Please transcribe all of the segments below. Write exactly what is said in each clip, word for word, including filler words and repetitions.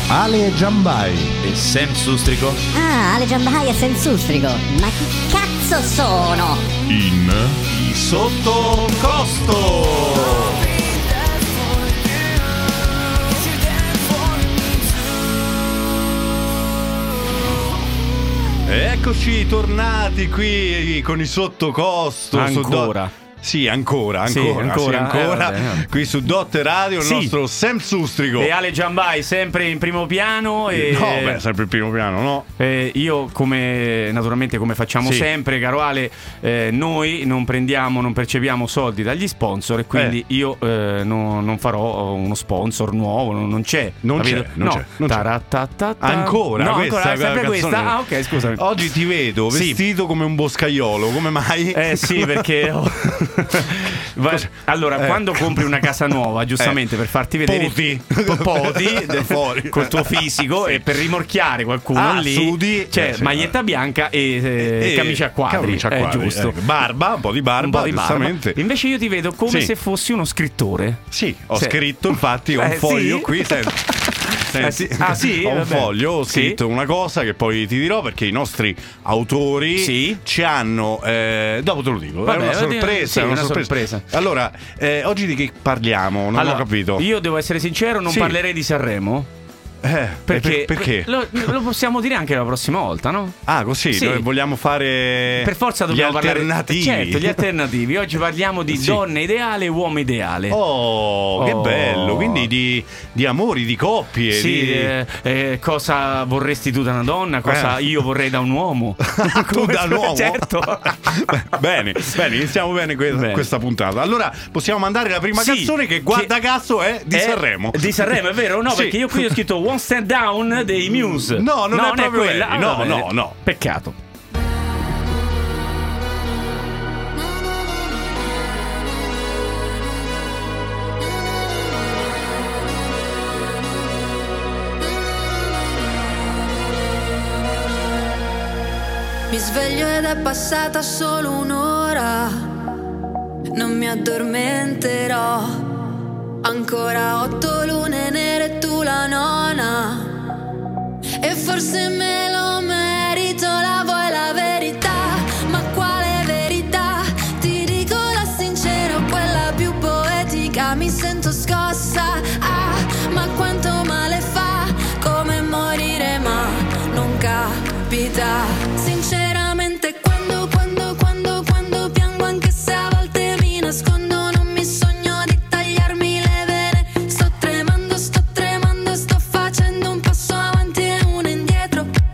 Ale Giambai e Sam Sustrico. Ah, Ale Giambai e Sam Sustrico. Ma chi cazzo sono? in I Sottocosto. Eccoci tornati qui con i Sottocosto. Ancora. Sì, ancora, ancora, Sì, ancora, sì, ancora. Eh, vabbè. Qui su Dot Radio il Sì. nostro Sam Sustrico. E Ale Giambai sempre in primo piano e No, beh, sempre il primo piano, no? eh, io come naturalmente come facciamo Sì. sempre, caro Ale, eh, noi non prendiamo, non percepiamo soldi dagli sponsor e quindi Eh. io eh, no- non farò uno sponsor nuovo, non, non c'è. Non capito? c'è, non no. c'è, non c'è. Taratatata. Ancora, no, questa ancora, sempre canzone. questa. Ah, ok, scusami. Oggi ti vedo Sì. vestito come un boscaiolo, come mai? Eh sì, perché ho- Va- allora, Eh. quando compri una casa nuova, giustamente Eh. per farti vedere Poti. po- poti Da fuori. col tuo fisico Sì. e per rimorchiare qualcuno Ah, lì, sudi. c'è Eh, sì. maglietta bianca e, eh, E- camicia a quadri, camicia a è quadri, giusto. ecco. Barba, un po' di barba, Un po' di barba. giustamente. Invece io ti vedo come Sì. se fossi uno scrittore. Sì, ho Sì. scritto, infatti, ho un Eh, foglio sì? qui, senti. Eh, sì. Ah, sì? Ho un Vabbè. foglio, ho Sì. scritto una cosa che poi ti dirò perché i nostri autori Sì. ci hanno. eh, dopo te lo dico, Vabbè, è una oddio, sorpresa. sì, è una una sorpresa. sorpresa. Allora, eh, oggi di che parliamo? Non Allora, ho capito. Io devo essere sincero, non Sì. parlerei di Sanremo. Eh, Perché, per- perché? Lo, lo possiamo dire anche la prossima volta, no? Ah, così, Sì. noi vogliamo fare Per forza dobbiamo gli parlare alternativi. Certo, gli alternativi. Oggi parliamo di Sì. donna ideale e uomo ideale. Oh, che Oh. bello! Quindi di, di amori, di coppie. Sì, di... eh, eh, cosa vorresti tu da una donna? Cosa Eh. io vorrei da un uomo? Tu Come- da un uomo? Certo. Bene, bene, iniziamo bene, que- Bene. questa puntata. Allora, possiamo mandare la prima Sì, canzone che guarda che- caso è di Eh, Sanremo. Di Sanremo, è vero? No, Sì. perché io qui ho scritto One Stand Down dei Muse. No, non è proprio quella. lei. Ah, No, va bene. no, no. Peccato. Mi sveglio ed è passata solo un'ora, non mi addormenterò. Ancora otto lune nere e tu la nona. E forse me lo merito, la vuoi la verità? Ma quale verità? Ti dico la sincera, quella più poetica. Mi sento scossa, ah, ma quanto male fa. Come morire ma non capita. Sinceramente quando, quando, quando, quando piango, anche se a volte mi nascondo, non mi sogno di tagliarmi le vene. Sto tremando, sto tremando, sto facendo un passo avanti e uno indietro.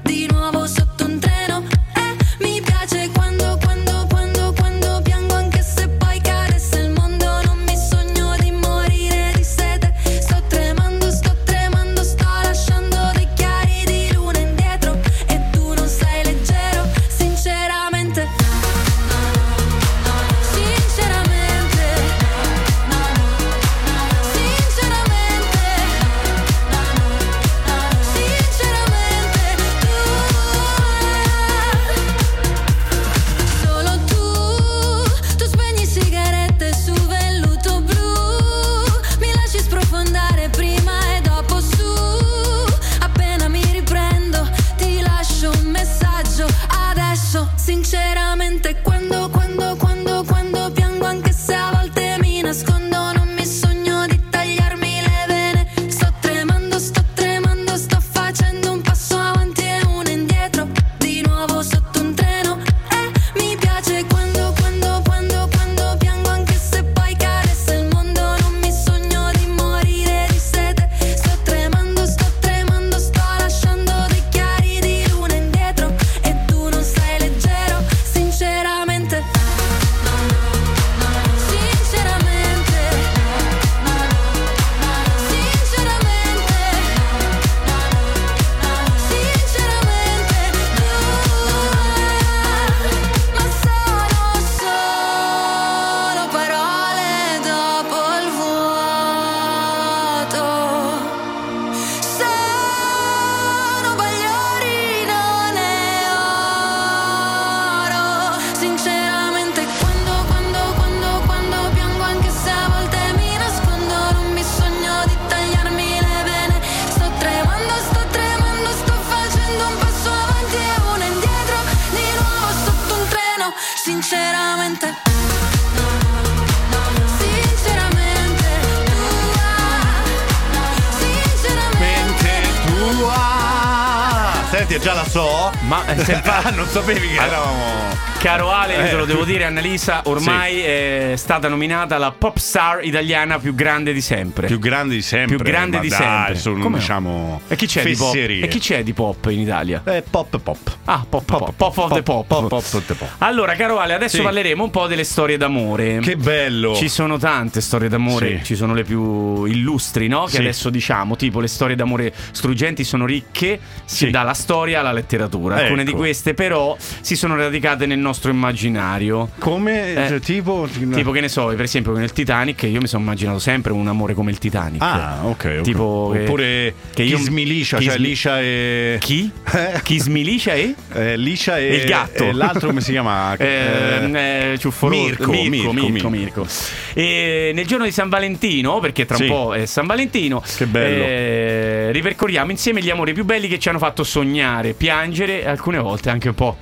Senti, già la so. Ma eh, se fa- Ah, non sapevi che eravamo. Caro Ale, io te lo Eh. devo dire, Annalisa ormai Sì. è stata nominata la pop star italiana più grande di sempre. Più grande di sempre. Più grande ma di dai, sempre. Sono, Come no? diciamo, E chi c'è di pop? fesserie. E chi c'è di pop in Italia? Eh, pop pop. Ah, pop, pop, pop, of the pop. Pop, pop of the pop. Allora, caro Ale, adesso Sì. parleremo un po' delle storie d'amore. Che bello. Ci sono tante storie d'amore, Sì. ci sono le più illustri, no? Che Sì. adesso diciamo, tipo le storie d'amore struggenti sono ricche, si Sì. dalla storia alla letteratura. Alcune Ecco. di queste però si sono radicate nel nostro immaginario. Come Eh, cioè, tipo Tipo che ne so, per esempio con il Titanic, io mi sono immaginato sempre un amore come il Titanic. Ah, ok, ok. Tipo che- Oppure che io- Kiss Me Liscia, Kiss cioè Me- Liscia e Chi? Eh? Kiss Me Liscia e? eh, Liscia e Il gatto. e l'altro come si chiama? Eh, eh, Ciufforoso. Mirko, Mirko, Mirko, Mirko, Mirko. Mirko. E nel giorno di San Valentino, perché tra un Sì. po' è San Valentino, Che bello. eh, ripercorriamo insieme gli amori più belli che ci hanno fatto sognare, piangere e alcune volte anche un po'.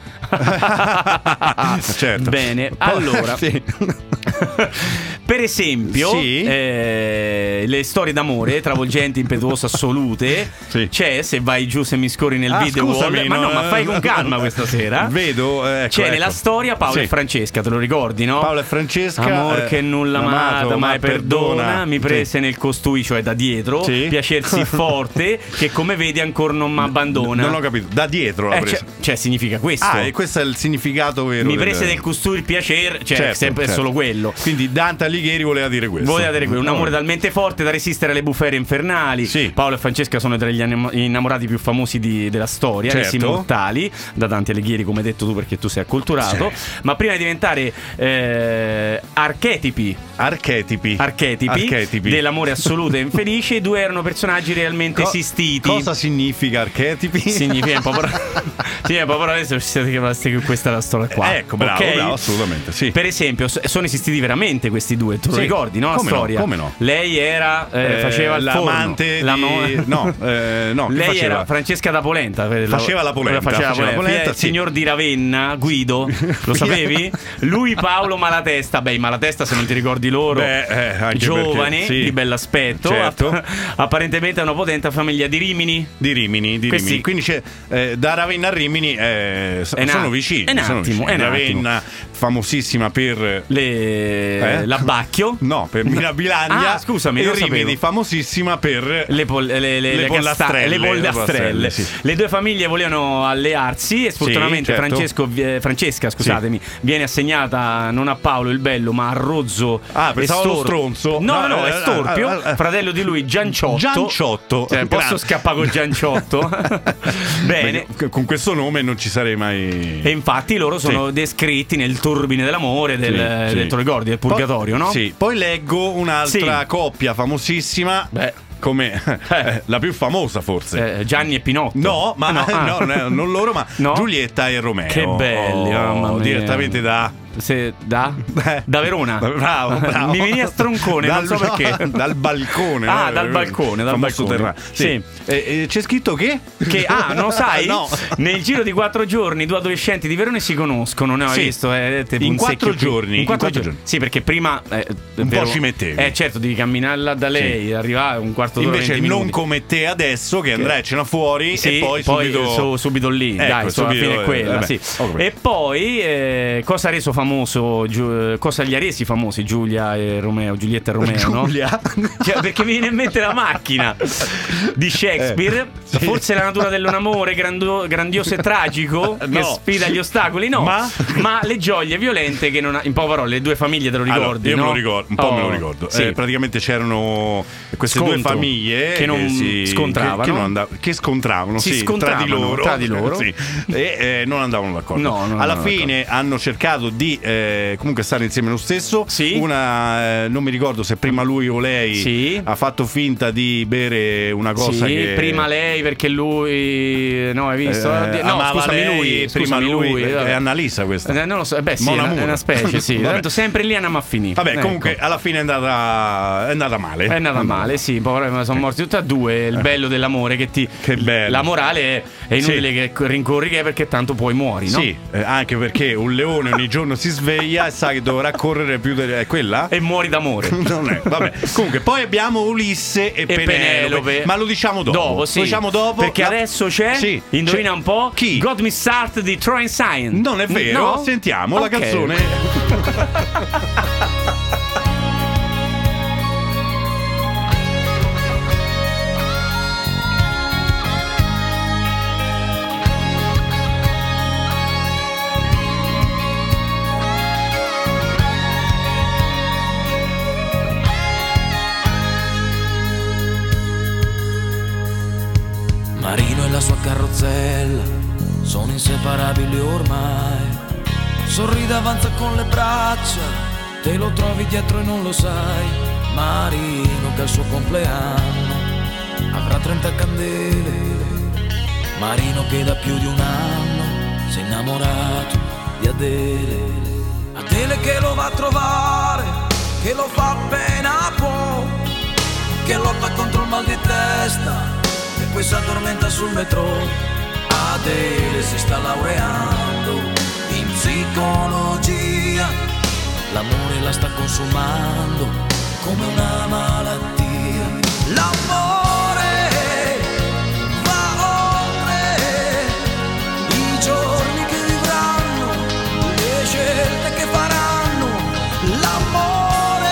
Certo. Bene, Poi- allora. sì. Per esempio, Sì. eh, le storie d'amore travolgenti, impetuose, assolute. Sì. C'è, se vai giù, se mi scorri nel Ah, video scusami, wall. Ma no, ma fai con calma questa sera. Vedo, eh, ecco, C'è ecco. nella storia Paolo Sì. e Francesca, te lo ricordi, no? Paolo e Francesca, Amor eh, che nulla amato, amata, ma mai perdona, perdona. mi prese Sì. nel costui, cioè da dietro, Sì. piacersi forte, che come vedi ancora non mi abbandona. Non ho capito, da dietro l'ha Eh, presa. cioè, cioè, significa questo. Ah, e questo è il significato vero. mi del- prese nel costui il piacere, cioè Certo, sempre certo. solo quello. Quindi Dante Alighieri voleva dire questo. Voleva dire quello, un amore Oh. talmente forte da resistere alle bufere infernali. Sì. Paolo e Francesca sono tra gli annim- innamorati più famosi di- della storia, Certo. resi immortali da Dante Alighieri, come hai detto tu, perché tu sei acculturato. Sì. Ma prima di diventare eh, archetipi Archetipi. Archetipi, Archetipi. dell'amore assoluto e infelice, i due erano personaggi realmente Co- esistiti. Cosa significa archetipi? Significa un po' però. Sì, un po' però adesso ci siete chiamati che questa è la storia qua. Ecco, bravo, Ok? bravo, assolutamente, sì. Per esempio, s- sono esistiti veramente questi due, te lo Sì. ricordi, no? La Come no, storia. come no? Lei era eh, Eh, faceva il forno. l'amante La di- mo- no, eh, no, che Lei faceva? era Francesca da Polenta. eh, Faceva la polenta, Faceva faceva la polenta. polenta, Il sì. signor di Ravenna, Guido, lo sapevi? Lui Paolo Malatesta. Beh, Malatesta, se non ti ricordi loro. Beh, eh, anche giovane, perché- sì. di bell'aspetto, Certo. app- apparentemente è una potente famiglia di Rimini. Di Rimini, di Questi- Rimini. Quindi c'è eh, da Ravenna a Rimini eh, so- È un sono att- vicini. è un sono attimo, vicini. è un Ravenna, famosissima per Le... Eh? L'abbacchio. no, per Mirabilandia. Ah, scusami, e non lo Rimini, sapevo. famosissima per Le, pol- le, le, Le le pollastrelle, casta- le pollastrelle. le pollastrelle, sì. Le due famiglie volevano allearsi e sfortunatamente certo. Francesco, eh, Francesca scusatemi, viene assegnata non a Paolo il bello ma a Rozzo. Ah, pensavo allo Estor- stronzo. No, No, no, eh, è Storpio, eh, eh, eh. fratello di lui Gianciotto. Gianciotto. Cioè, posso Grande. scappare con Gianciotto? Bene. Beh, con questo nome non ci sarei mai. E infatti loro sono Sì. descritti nel turbine dell'amore del, Sì, sì. del te lo ricordi, del purgatorio, Poi- no? Sì. Poi leggo un'altra Sì. coppia famosissima. Beh. Come Eh. la più famosa forse. Eh, Gianni e Pinotto. No, ma Ah, no, ah. no, no, non loro, ma No? Giulietta e Romeo. Che belli, Oh, mamma mia. Direttamente da Se, da? Eh. Da Verona. Bravo, bravo. Mi veniva stroncone, Dal- non so no, perché. dal balcone. Ah, no? dal balcone, dal Famoso balcone. terra- Sì. Sì. Eh, eh, c'è scritto che? Che, ah, non lo sai? No. Nel giro di quattro giorni due adolescenti di Verona si conoscono, ne ho Sì. visto? Eh, tipo In un quattro secchio- giorni, In quattro, in quattro giorni. Sì, perché prima eh, Un vero- po' ci mettevi. Eh, certo, devi camminare là da lei, arrivare un quarto d'ora, Invece venti non minuti. come te adesso che andrai a cena fuori Sì, e poi, subito su- subito lì, Ecco, dai, su, alla subito, fine è eh, quella, vabbè, sì. ho capito. E poi eh, cosa ha reso famoso Giu- cosa li ha resi famosi Giulia e Romeo, Giulietta e Romeo, no? Giulia? Cioè, perché mi viene in mente la macchina di Shakespeare, Eh, sì. forse la natura dell'amore grando- grandioso e tragico che No. sfida gli ostacoli, no, Ma? ma le gioie violente che non ha, in poche parole, le due famiglie te lo Allora, ricordi, io no? me lo ricordo, un po' me lo Oh, ricordo. sì. Eh, praticamente c'erano queste Scontro. due famiglie Che non si, scontravano. che, che non andav- che scontravano, Si sì, scontravano tra di loro, tra di loro. sì, e eh, non andavano d'accordo. No, non Alla andavano fine hanno cercato di eh, comunque stare insieme lo stesso. Sì. Una eh, non mi ricordo se prima lui o lei Sì. ha fatto finta di bere una cosa sì, che prima lei perché lui no, hai visto? Eh, no, amava scusami lei, lui, prima scusami lui, vabbè. è Annalisa questa. Eh, non lo so, eh, beh sì, Mon è una, amour. è una specie, sì. Vabbè. Tanto sempre lì andiamo a finire. Vabbè, Ecco. comunque alla fine è andata è andata male. È andata male, sì, povero, sono morti tutti e due. Il bello dell'amore che ti. Che bello. La morale è, è inutile Sì. che rincorri che perché tanto poi muori, no? Sì, eh, anche perché un leone ogni giorno si sveglia e sa che dovrà correre più delle... È quella? E muori d'amore. Non è, vabbè. Comunque, poi abbiamo Ulisse e, E Penelope. Penelope. Ma lo diciamo dopo. Dopo, sì. Lo diciamo dopo. Perché La- adesso c'è, Sì, indovina c'è- un po', Chi? Got Me Start di Troy Sign. Non è vero, No? sentiamo la Ok. canzone. Marino e la sua carrozzella sono inseparabili ormai. Sorride, avanza con le braccia, te lo trovi dietro e non lo sai. Marino che al suo compleanno avrà trenta candele. Marino che da più di un anno si è innamorato di Adele. Adele che lo va a trovare, che lo fa appena può, che lotta contro il mal di testa e poi si addormenta sul metro. Adele si sta laureando in psicologia, l'amore la sta consumando come una malattia. L'amore va oltre i giorni che vivranno, le scelte che faranno. L'amore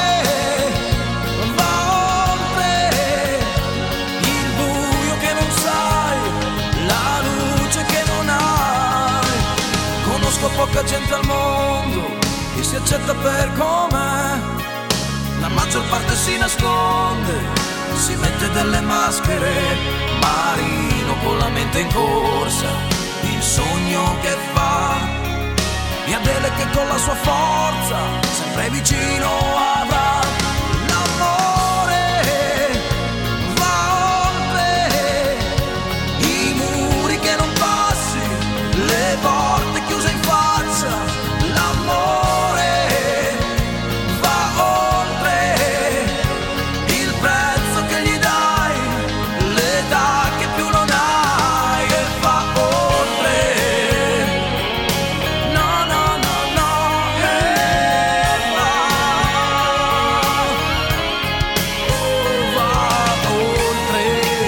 va oltre il buio che non sai, la luce che non hai. Conosco poca gente al mondo che si accetta per com'è, la maggior parte si nasconde, si mette delle maschere. Marino con la mente in corsa, il sogno che fa, e Adele che con la sua forza sempre vicino avrà. L'amore va oltre i muri che non passi, le porte chiuse in faccia. L'amore va oltre il prezzo che gli dai, l'età che più non hai. E va oltre, no no no no, e va, oh, va oltre.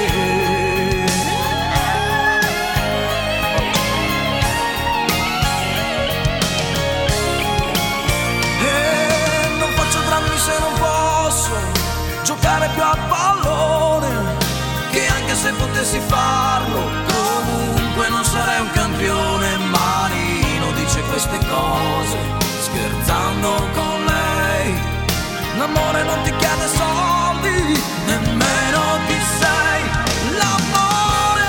E non faccio drammi se non posso giocare più a pallone, che anche se potessi farlo comunque non sarei un campione. Marino dice queste cose scherzando con lei. L'amore non ti chiede soldi, nemmeno ti sei. L'amore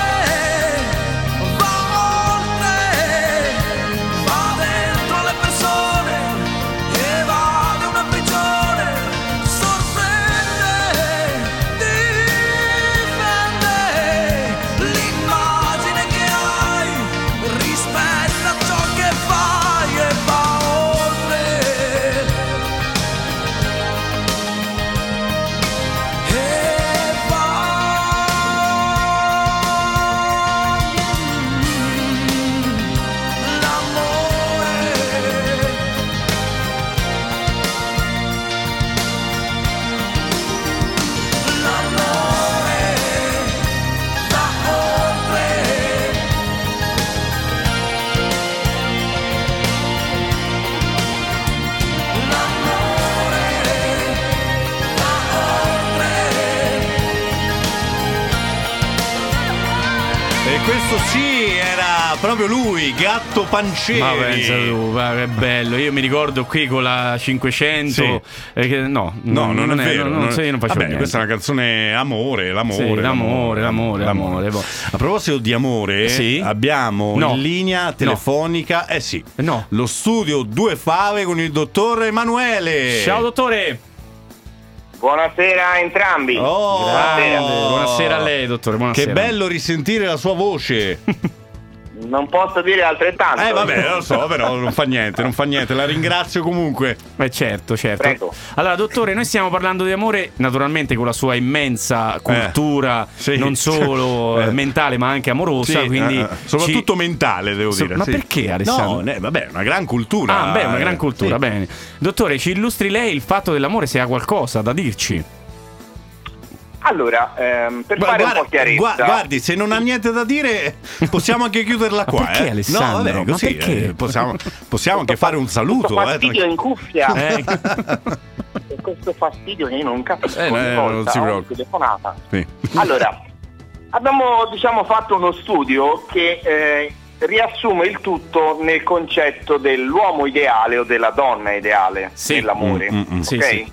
va oltre, va dentro le persone, evade una prigione, sorprende, difende l'immagine che hai, rispetta ciò che fai e va oltre. E va, l'amore L'amore va oltre. L'amore va oltre. E questo sì, era proprio lui, Gatto Pancieri. Ma pensa tu, ma che bello. Io mi ricordo qui con la cinquecento. Sì. eh, che- no, No, non, è vero. Non, non, so, io non facevo Vabbè, niente. questa è una canzone amore, l'amore. Sì, l'amore, l'amore, l'amore. Boh. A proposito di amore, Sì. abbiamo No. in linea telefonica, eh sì, No. lo studio Due Fave con il dottor Emanuele. Ciao dottore. Buonasera a entrambi. Oh, Buonasera. Buonasera a lei, dottore. Buonasera. Che bello risentire la sua voce. Non posso dire altrettanto. Eh vabbè, lo so, però non fa niente, non fa niente. La ringrazio comunque. Beh, certo, certo. Prego. Allora, dottore, noi stiamo parlando di amore, naturalmente con la sua immensa cultura, Eh, sì. non solo Eh. mentale, ma anche amorosa. Sì, quindi eh, soprattutto ci- mentale, devo So- dire. ma sì. perché, Alessandro? No, ne- vabbè, una gran cultura. Ah, beh, una gran eh, cultura, sì. bene. Dottore, ci illustri lei il fatto dell'amore, se ha qualcosa da dirci. Allora, ehm, per Gua- fare guarda- un po' chiarezza. gua- guardi, se non ha niente da dire, possiamo anche chiuderla qua. perché, eh? Alessandro? No, vabbè, Ma così. perché? eh, possiamo, possiamo anche fare un saluto. Questo eh, fastidio in cuffia. Eh, Questo fastidio che io non capisco. Eh, ogni eh, volta, non si ho preoccupi. telefonata. Sì. Allora, abbiamo diciamo fatto uno studio che eh, riassume il tutto nel concetto dell'uomo ideale o della donna ideale Sì. nell'amore. Mm, mm, mm. Sì, ok? sì.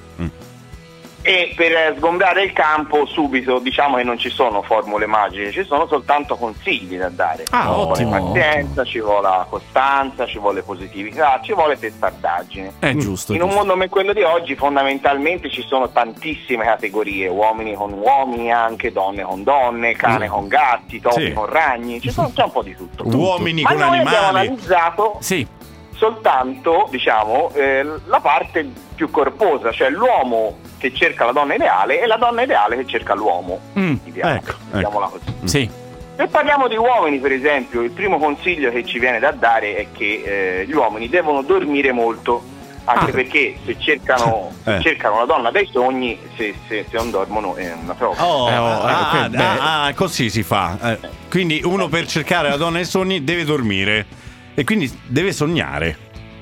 E per sgombrare il campo subito diciamo che non ci sono formule magiche, ci sono soltanto consigli da dare. Ah, ci ottimo, vuole pazienza, ci vuole la costanza, ci vuole positività, ci vuole testardaggine. È giusto. In è un giusto. mondo come quello di oggi fondamentalmente ci sono tantissime categorie, uomini con uomini, anche donne con donne, cane Mm. con gatti, topi Sì. con ragni, ci sono, c'è un po' di tutto. Uomini Ma con noi abbiamo animali. analizzato Sì. soltanto diciamo eh, la parte più corposa, cioè l'uomo che cerca la donna ideale e la donna ideale che cerca l'uomo Mm, ideale. ecco, ecco. Diciamola così. Sì. Se parliamo di uomini, per esempio, il primo consiglio che ci viene da dare è che eh, gli uomini devono dormire molto, anche Ah. perché se cercano, se Eh. cercano la donna dai sogni, se, se- se non dormono è una trova. Oh, Eh, oh, ah, eh, que- beh. ah, ah, così si fa. Eh, quindi uno per cercare la donna dei sogni deve dormire e quindi deve sognare.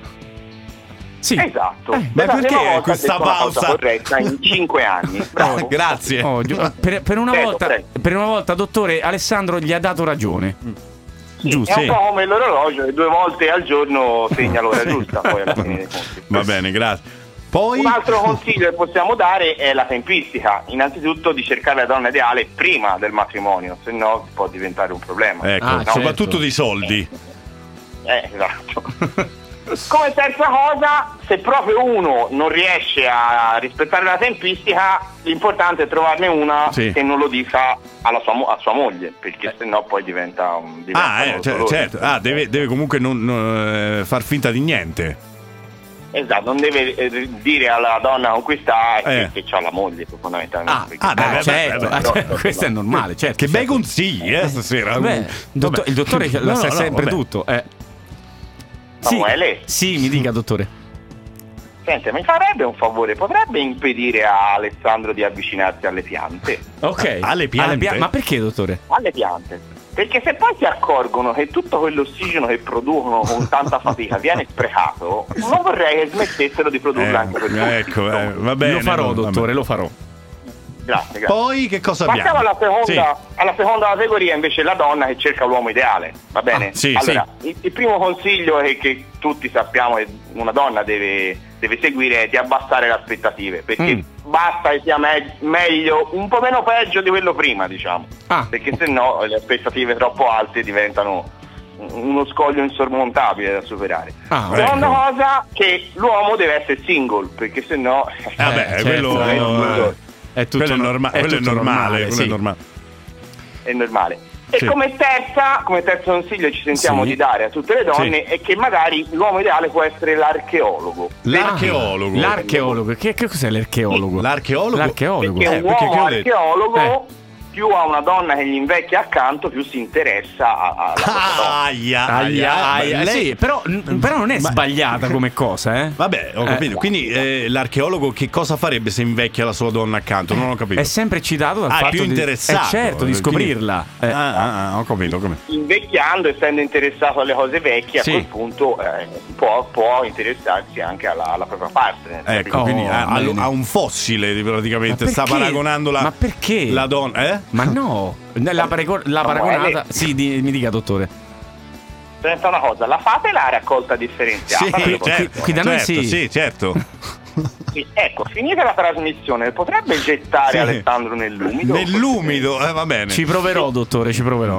Sì. Esatto. Eh, ma Per la perché prima volta questa ho detto una cosa pausa? corretta in cinque anni. Bravo. Grazie. Oh, giu- per, per una Prego, volta, prego. per una volta, dottore, Alessandro gli ha dato ragione. Sì, Giusto. è un sì. po' come l'orologio, che due volte al giorno segna l'ora giusta, poi alla fine dei conti. Va bene, grazie. Poi Un altro consiglio che possiamo dare è la tempistica, innanzitutto di cercare la donna ideale prima del matrimonio, se no può diventare un problema. ecco, Ah, certo. soprattutto di soldi. Eh, esatto. Come terza cosa, se proprio uno non riesce a rispettare la tempistica, l'importante è trovarne una Sì. che non lo dica alla sua, mo- a sua moglie, perché sennò poi diventa un diventa Ah, eh, un cer- dolore. certo. Ah, deve, deve comunque non, non, eh, far finta di niente. Esatto, non deve eh, dire alla donna con cui sta Eh. che, che c'ha la moglie fondamentalmente. Ah, perché- ah, beh, Ah, beh, certo, beh, beh, ah, no, certo, no, questo no. è normale, certo. Che bei certo. consigli, eh, stasera. Beh, dottor- Vabbè. il dottore la No, sa no, sempre vabbè. tutto. Eh. Samuele? Sì, mi dica, dottore. Senti, mi farebbe un favore, potrebbe impedire a Alessandro di avvicinarsi alle piante? Ok. Alle piante? pia- ma perché, dottore? Alle piante. Perché se poi si accorgono che tutto quell'ossigeno che producono con tanta fatica viene sprecato, non vorrei che smettessero di produrlo anche per Eh, tutti. ecco, eh, va bene. lo farò, vabbè. dottore, lo farò. Grazie, grazie. Poi che cosa abbiamo? Passiamo alla seconda, Sì. alla seconda categoria, invece la donna che cerca l'uomo ideale, va bene? Ah, sì, allora, il, il primo consiglio è che tutti sappiamo che una donna deve, deve seguire è di abbassare le aspettative, perché Mm. basta che sia me- meglio, un po' meno peggio di quello prima, diciamo, Ah. perché se no le aspettative troppo alte diventano uno scoglio insormontabile da superare. Ah, Seconda ecco. cosa, che l'uomo deve essere single, perché se no Eh, vabbè, certo, quello, è eh, È tutto, quello è, no- norma- quello è tutto normale. quello sì. è normale. è normale. E Sì. come terza, come terzo consiglio ci sentiamo Sì. di dare a tutte le donne Sì. è che magari l'uomo ideale può essere l'archeologo. L'archeologo. L'archeologo. Che, che cos'è l'archeologo? L'archeologo? L'archeologo. Perché Eh, un perché uomo che ho detto? archeologo Eh. più ha una donna che gli invecchia accanto, più si interessa a- alla propria donna. Aia, Aia, aia, aia. ma lei- Sì, però, n- però non è Ma- sbagliata come cosa, eh? Vabbè, ho Eh. capito. Quindi eh, l'archeologo che cosa farebbe se invecchia la sua donna accanto? Non ho capito. È sempre eccitato dal Ah, è fatto più di, interessato. eh, certo, di Quindi- scoprirla. Eh. Ah, ah, ah, ho capito. Come. Invecchiando, essendo interessato alle cose vecchie, Sì. a quel punto eh, può, può interessarsi anche alla, alla propria partner. Ecco, Oh, quindi ha, ha- bene. ha un fossile praticamente. Ma Sta perché? paragonando la, Ma perché? la donna. Eh? Ma no, la, parago- la No, paragonata. eh, Sì, di- mi dica, dottore. Senta una cosa, la fate la raccolta differenziata? Sì, delle qui- certo, qui da noi certo, sì. sì, certo. Sì, ecco, finita la trasmissione, potrebbe gettare Sì. Alessandro nell'umido? Nell'umido, eh, va bene. Ci proverò, dottore, ci proverò.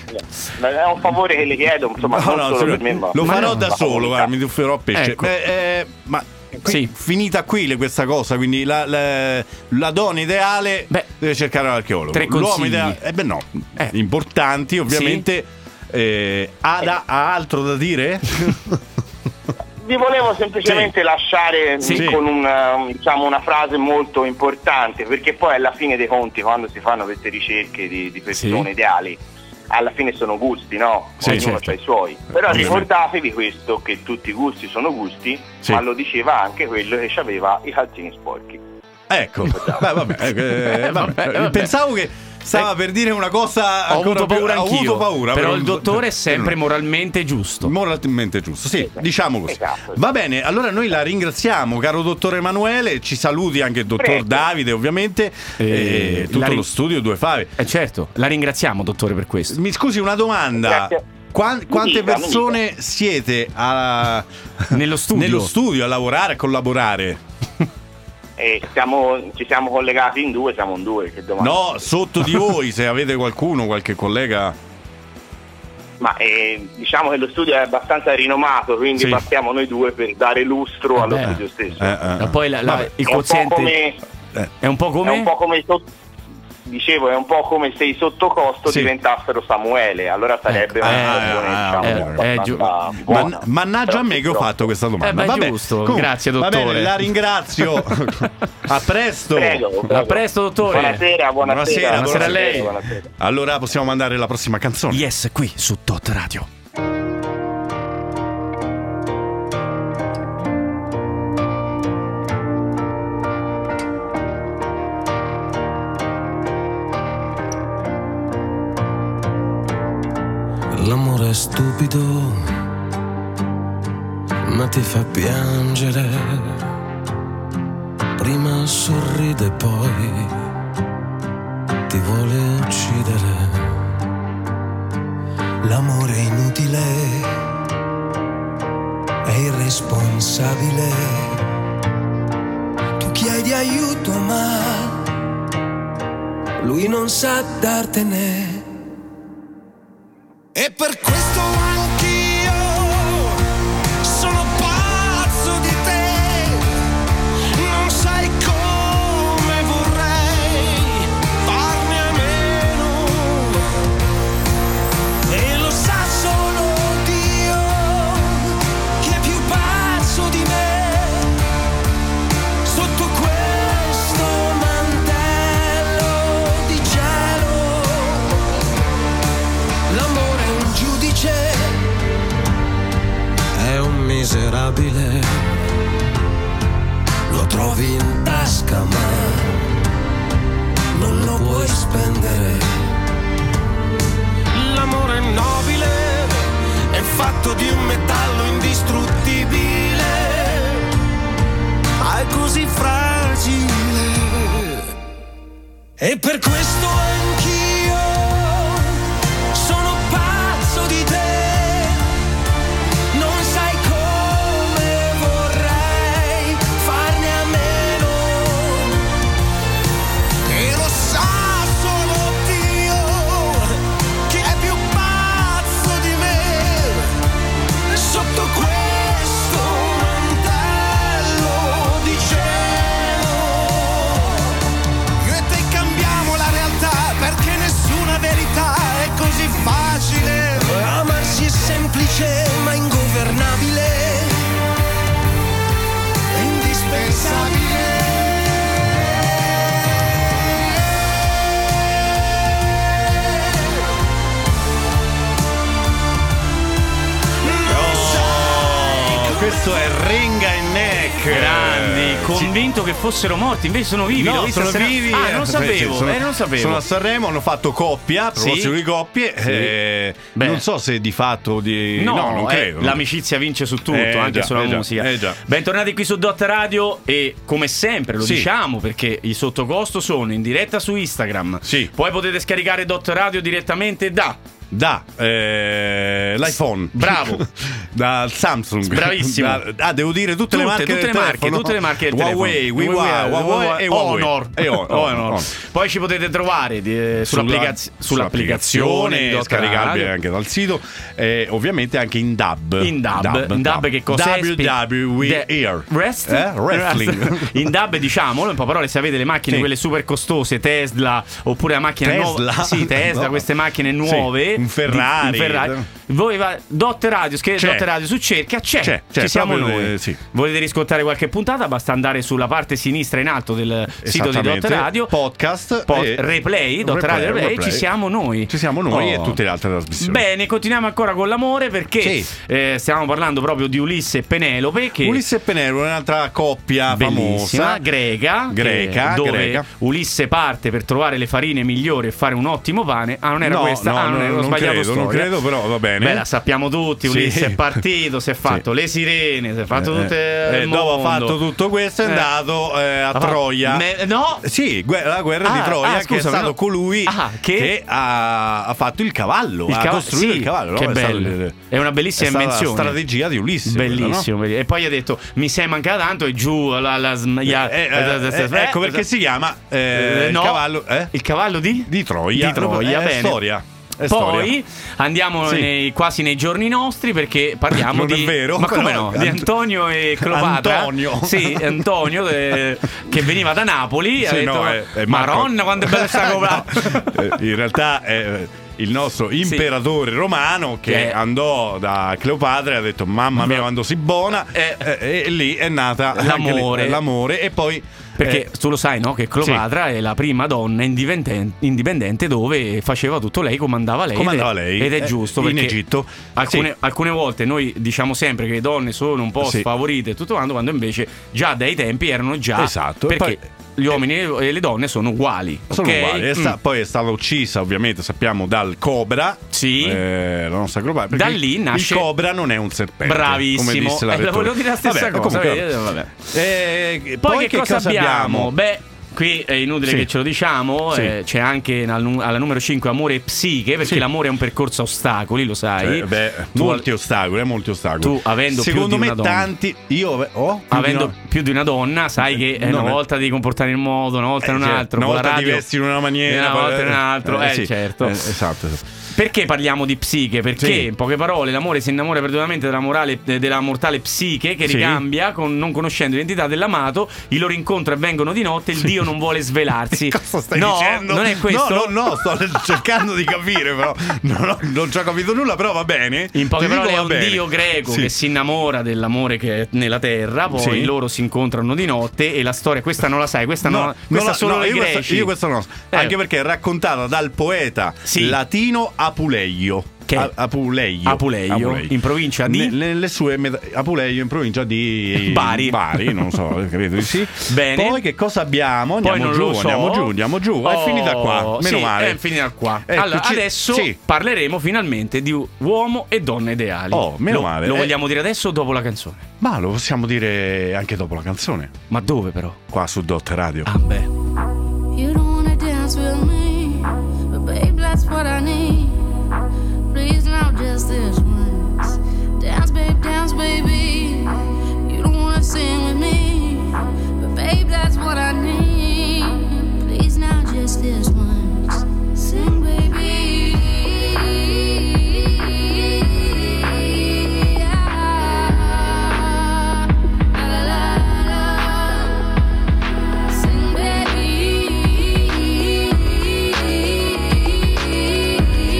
È un favore che le chiedo, insomma, No, non no, solo sì, per me, ma lo Ma farò no, da la solo, comunità. guarda, mi tufferò a pesce. Ecco. Beh, eh, ma qui- Sì. finita qui le- questa cosa, quindi la, la- la donna ideale Beh, deve cercare l'archeologo. tre L'uomo consigli. ideale, eh beh no, Eh. importanti ovviamente. Eh, ha, da, ha altro da dire? Vi volevo semplicemente sì. lasciare sì. con una, diciamo, una frase molto importante, perché poi alla fine dei conti, quando si fanno queste ricerche di, di persone sì. ideali, alla fine sono gusti, no? Sì, ognuno certo. ha i suoi. Però Ovviamente. ricordatevi questo, che tutti i gusti sono gusti, sì. ma lo diceva anche quello che aveva i calzini sporchi. Ecco, Beh, vabbè, eh, vabbè. Vabbè, vabbè. Pensavo che stava per dire una cosa Ho ancora avuto paura più, ho anch'io, avuto paura, però però il dottore è sempre moralmente giusto. Moralmente giusto, sì, diciamo così. Esatto. Va bene, allora noi la ringraziamo, caro dottore Emanuele, ci saluti anche il dottor Prego. Davide, ovviamente, e, E tutto la ri- lo studio Due Fave. Eh certo, la ringraziamo dottore per questo. Mi scusi, una domanda. Grazie. Quan- quante dica, mi persone siete a- Nello studio. nello studio a lavorare, a collaborare? E siamo, ci siamo collegati in due, siamo in due. Che domanda. No, sotto di voi, se avete qualcuno, qualche collega. Ma eh, diciamo che lo studio è abbastanza rinomato, quindi Sì. partiamo noi due per dare lustro allo Vabbè. studio stesso. Eh, eh, Ma poi la- la- Vabbè. il È un po' quoziente come, è un po' è come un po' come i sotto- dicevo, è un po' come se i sottocosto Sì. diventassero Samuele, allora sarebbe Ecco. una Eh, situazione, eh, diciamo, eh, abbastanza eh, giu- buona. Man- mannaggia a me che ho Però, fatto questa domanda. Eh, beh, Vabbè, giusto. comunque, Grazie, Va dottore. bene, la ringrazio. A presto. Prego, prego. A presto, dottore. Buonasera, buonasera, Buonasera, buonasera a lei. buonasera. Allora possiamo mandare la prossima canzone. Yes, qui su Dot Radio. L'amore è stupido, ma ti fa piangere. Prima sorride, poi ti vuole uccidere. L'amore è inutile, è irresponsabile. Tu chiedi aiuto, ma lui non sa dartene. E per questo anch'io sono pazzo di te. Non sai come vorrei farne a meno. E lo sa solo Dio che è più pazzo di me. Sotto questo mantello di cielo l'amore è un miserabile, lo trovi in tasca ma non lo puoi spendere. L'amore è nobile, è fatto di un metallo indistruttibile, ma è così fragile. E per questo anch'io sono pazzo di te. Non sai come vorrei farne a meno. E lo sa solo Dio che è più pazzo di me. Sotto questo mantello di cielo io e te cambiamo la realtà, perché nessuna verità è così facile. Amarsi è semplice ma ingovernabile, è indispensabile. Non sai Questo è Ringa in Neck. Grandi, convinto che fossero morti, invece sono vivi. No, l'ho vista sono sera- vivi. Ah, non eh, sapevo, sì, sono, eh, non sapevo. sono a Sanremo, hanno fatto coppia, a proposito Sì. di coppie. Sì. eh, Beh. non so se di fatto di No, no, non eh, credo. l'amicizia vince su tutto, Eh, anche già, sulla eh, già, musica. eh, già. Bentornati qui su Dot Radio e come sempre lo Sì. diciamo perché i sottocosto sono in diretta su Instagram. Sì. Poi potete scaricare Dot Radio direttamente da Da eh, l'iPhone. Bravo. Dal Samsung. Bravissimo. Da- ah, devo dire tutte, le Tutte, marche tutte del le marche, telefono? tutte le marche del Huawei, telefono. Huawei, Huawei e Huawei. Honor. E Honor. Honor. Honor. Poi ci potete trovare di- eh, sull'applicaz- sull'applicazione di Dot scaricabile Radio. anche dal sito e ovviamente anche in D A B. In dub, in dub che cos'è? W W De- Here. Rest? Eh? Wrestling. In dub diciamolo, in poche parole, se avete le macchine Sì. quelle super costose, Tesla, oppure la macchina Tesla? nuova. Sì, Tesla, No. queste macchine Sì, nuove. un Ferrari. di- un Ferrari. Voi va, Dot Radio, scrivete C'è. Dot Radio su cerca, c'è, C'è, c'è, ci siamo proprio, noi. eh, sì. Volete riscontrare qualche puntata? Basta andare sulla parte sinistra in alto del sito di Dot Esattamente. Radio. Podcast Po- e- replay, Dot replay, Radio Replay, replay. ci siamo noi. Ci siamo noi Oh. e tutte le altre trasmissioni. Bene, continuiamo ancora con l'amore perché Sì. eh, stiamo parlando proprio di Ulisse e Penelope che Ulisse e Penelope, un'altra coppia bellissima, famosa, greca, Greca, che- dove greca. Ulisse parte per trovare le farine migliori e fare un ottimo pane. Ah, non era No, questa? no, ah, non, no, era, ho non sbagliato credo, non storia. credo, però va bene. Beh, la sappiamo tutti, Sì. Ulisse è partito, si è fatto Sì. le sirene, si è fatto Eh, tutte eh, il dopo mondo. ha fatto tutto questo è Eh. andato eh, a Ha fatto- Troia. Me- no! Sì, gue- la guerra Ah, di Troia, ah, che è scusami, stato no. colui Ah, che? ha, ha fatto il cavallo, Il ha cava- costruito sì, il cavallo. che no? È stato- bello. È una bellissima è stata invenzione. la strategia di Ulisse. quella, no? Bellissimo, bellissimo. E poi ha detto mi sei mancata tanto e giù la, la smaglia- Eh, eh, eh, ecco perché si chiama eh, Eh, no. il cavallo eh? Il cavallo di? di Troia. Di Troia, è bene. storia. È Poi storia. andiamo Sì. nei- quasi nei giorni nostri perché parliamo Non è di vero, ma come però- no? Di Antonio e Cleopatra. Antonio. Sì, Antonio eh, che veniva da Napoli. ha Sì, detto, no, è- è Marco- Maronna, quanto è bella sta Cleopatra. No, eh, in realtà è il nostro imperatore romano che Che- andò da Cleopatra e ha detto mamma mia quando si buona Eh. eh, e lì è nata anche L'amore. lì- l'amore e poi Perché eh, tu lo sai, no? Che Cleopatra è la prima donna indipenden- indipendente dove faceva tutto lei, comandava lei. Comandava ed è, lei, Ed è eh, giusto in perché Egitto. Alcune, Sì. alcune volte noi diciamo sempre che le donne sono un po' Sì. sfavorite e tutto quanto, quando invece già dai tempi erano già. Esatto, e Perché poi- gli uomini e le donne sono uguali. sono ok? uguali. È sta- Mm. Poi è stata uccisa, ovviamente, sappiamo, dal cobra. Sì. eh, la nostra Cleopatra. Da perché lì nasce- il cobra non è un serpente. Bravissimo. Come disse la Eh, rettora. volevo dire la stessa Vabbè, cosa. comunque- vedi? Vabbè. Eh, Poi, che, cosa, abbiamo? Beh, qui è inutile Sì. che ce lo diciamo, Sì. eh, c'è anche al nu- alla numero cinque amore e psiche, perché Sì. l'amore è un percorso a ostacoli, lo sai. Eh, beh, Tu- molti ostacoli, eh, molti ostacoli. tu, avendo più Secondo di me una donna. tanti io ave- ho più Avendo di una- più di una donna, sai che eh, No, una beh. volta devi comportare in un modo, una volta in un Eh, altro. una con la volta ti radio, vesti in una maniera, una poi- volta in un altro. Eh, sì. certo. Eh, esatto, esatto. Perché parliamo di psiche? Perché, Sì. in poche parole, l'amore si innamora perdutamente della, morale, eh, della mortale psiche che Sì. ricambia, con, non conoscendo l'identità dell'amato, i loro incontri avvengono di notte, il Dio non vuole svelarsi. Cosa stai no, dicendo? non è questo? No, no, no, sto cercando di capire, però no, no, non ci ho capito nulla, però va bene. In poche Ti dico, parole è va un bene. dio greco Sì. che si innamora dell'amore che è nella terra, poi Sì. loro si incontrano di notte e la storia, questa non la sai, questa No, non, non questa la- solo no, i io greci. questa, io questa no. Eh. Anche perché è raccontata dal poeta Sì. latino Apuleio. Che? A- Apuleio. Apuleio, in provincia di? Ne- nelle sue meta- Apuleio in provincia di Bari. Bari, non so, credo di sì. Bene. Poi che cosa abbiamo? Poi Andiamo non giù, lo so. andiamo giù, andiamo giù. Oh, è finita qua, meno sì, male. È finita qua. Ecco, allora, ci- adesso sì. parleremo finalmente di uomo e donna ideali. Oh, meno lo, male. Lo Eh. vogliamo dire adesso o dopo la canzone? Ma lo possiamo dire anche dopo la canzone, Ma dove però? qua su Dot Radio. Ah beh. You don't wanna dance with me, but babe, that's what I need. Please now, just this once. Dance, babe, dance, baby. You don't wanna sing with me, but babe, that's what I need. Please now, just this once. Sing, baby. La, la, la, la. Sing, baby.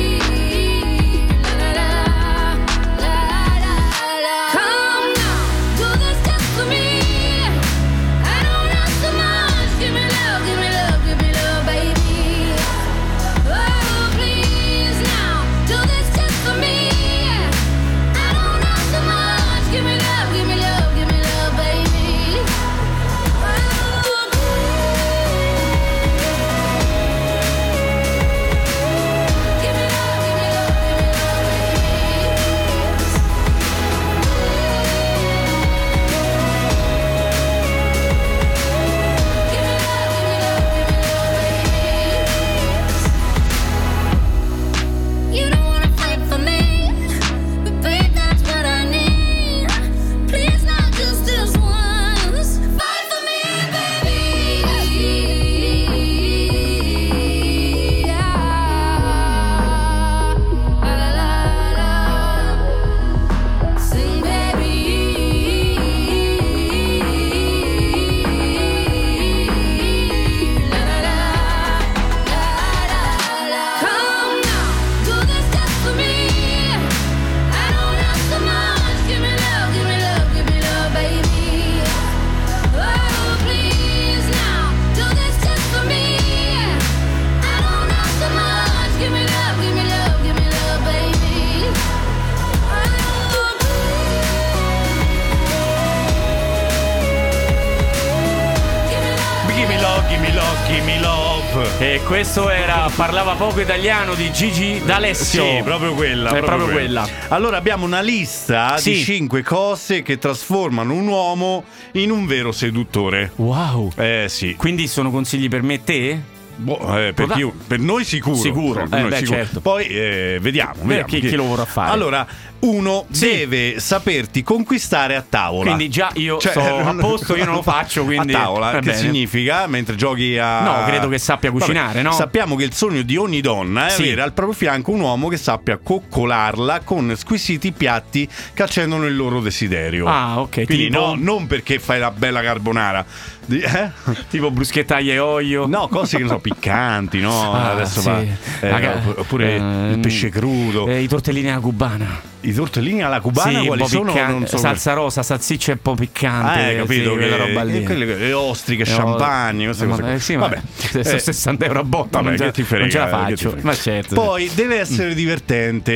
Up. E questo era Parlava poco italiano di Gigi D'Alessio. Sì, proprio quella. È proprio quella. Allora abbiamo una lista Sì. di cinque cose che trasformano un uomo in un vero seduttore. Wow. Eh sì. Quindi sono consigli per me e te? Boh, eh, per, chi- per noi sicuro. Sicuro, Per eh, noi beh, sicuro. certo. Poi eh, vediamo, Beh, vediamo chi- chi lo vorrà fare? Allora, uno Sì. deve saperti conquistare a tavola. Quindi già io Cioè, sto a posto, io non lo faccio, quindi a tavola, va che bene. significa mentre giochi a No, credo che sappia cucinare, no? Sappiamo che il sogno di ogni donna è Sì. avere al proprio fianco un uomo che sappia coccolarla con squisiti piatti che accendono il loro desiderio. Ah, ok, Quindi tipo- no, non perché fai la bella carbonara. Di- eh? Tipo bruschetta aglio e olio. No, cose che ne so, piccanti, no? Ah, Adesso sì. va. eh, Raga, oppure il ehm, pesce crudo. eh, I tortellini alla cubana. I tortellini alla cubana Sì, un quali po' sono? piccante. Non so. Salsa rosa, salsiccia e un po' piccante. Ah, hai capito sì, che quella roba lì. e quelle, le ostriche, Eh, champagne, queste ma- cose qua. eh, sì, ma Vabbè. sono Eh, sessanta euro a botta. vabbè, non, ce, che ti frega, non ce la che ti faccio. frega. Ma certo. Poi deve essere divertente.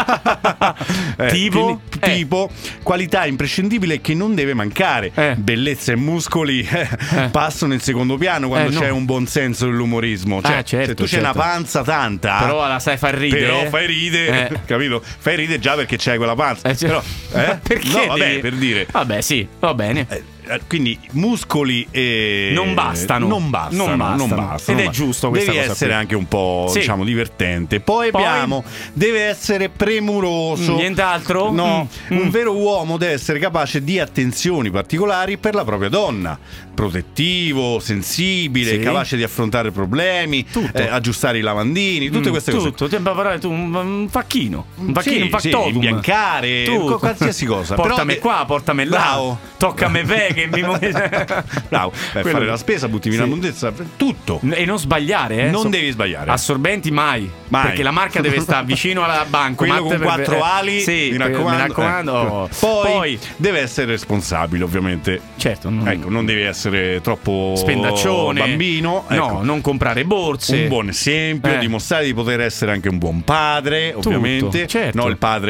Eh, Tipo? quindi, Eh. tipo, qualità imprescindibile che non deve mancare. Eh. Bellezza e muscoli eh, passano in secondo piano quando Eh, no. c'è un buon senso dell'umorismo. Cioè, Ah, certo, se tu c'hai certo. una panza tanta, Però la sai far ridere. però fai ridere, Eh. capito? Fai ridere già perché c'hai quella panza. Eh, cioè- Però, eh? Ma perché No, vabbè, devi- per dire. Vabbè, sì, va bene. Eh, eh, Quindi muscoli e Non bastano. non bastano, Non non bastano. bastano. Ed è giusto questa Devi cosa essere qui. anche un po' Sì. diciamo divertente. Poi, Poi? abbiamo deve essere premuroso. Mm, nient'altro? No, Mm, un mm. vero uomo deve essere capace di attenzioni particolari per la propria donna. Protettivo, sensibile, Sì. capace di affrontare problemi, Tutto. eh, aggiustare i lavandini, tutte Mm, queste cose. Tutto, Cioè, parlare tu, un, un facchino, un facchino, Sì, un sì, factotum. imbiancare, Tutto. qualsiasi cosa. Portami Però- qua, portami là. Bravo. Toccami me che mi Bravo, vai a Quello- fare la spesa, buttimi Sì. una mondezza, tutto. E non sbagliare, eh. Non So- devi sbagliare. Assorbenti mai. Mai. Perché la marca deve stare vicino alla banca. Quello con quattro ali, sì, mi raccomando. mi raccomando. Eh. Oh. Poi, Poi, deve essere responsabile, ovviamente. certo, non, Ecco, non devi essere troppo spendaccione. bambino. No, Ecco. non comprare borse. Un buon esempio, Eh. dimostrare di poter essere anche un buon padre, ovviamente. certo. No, il padre.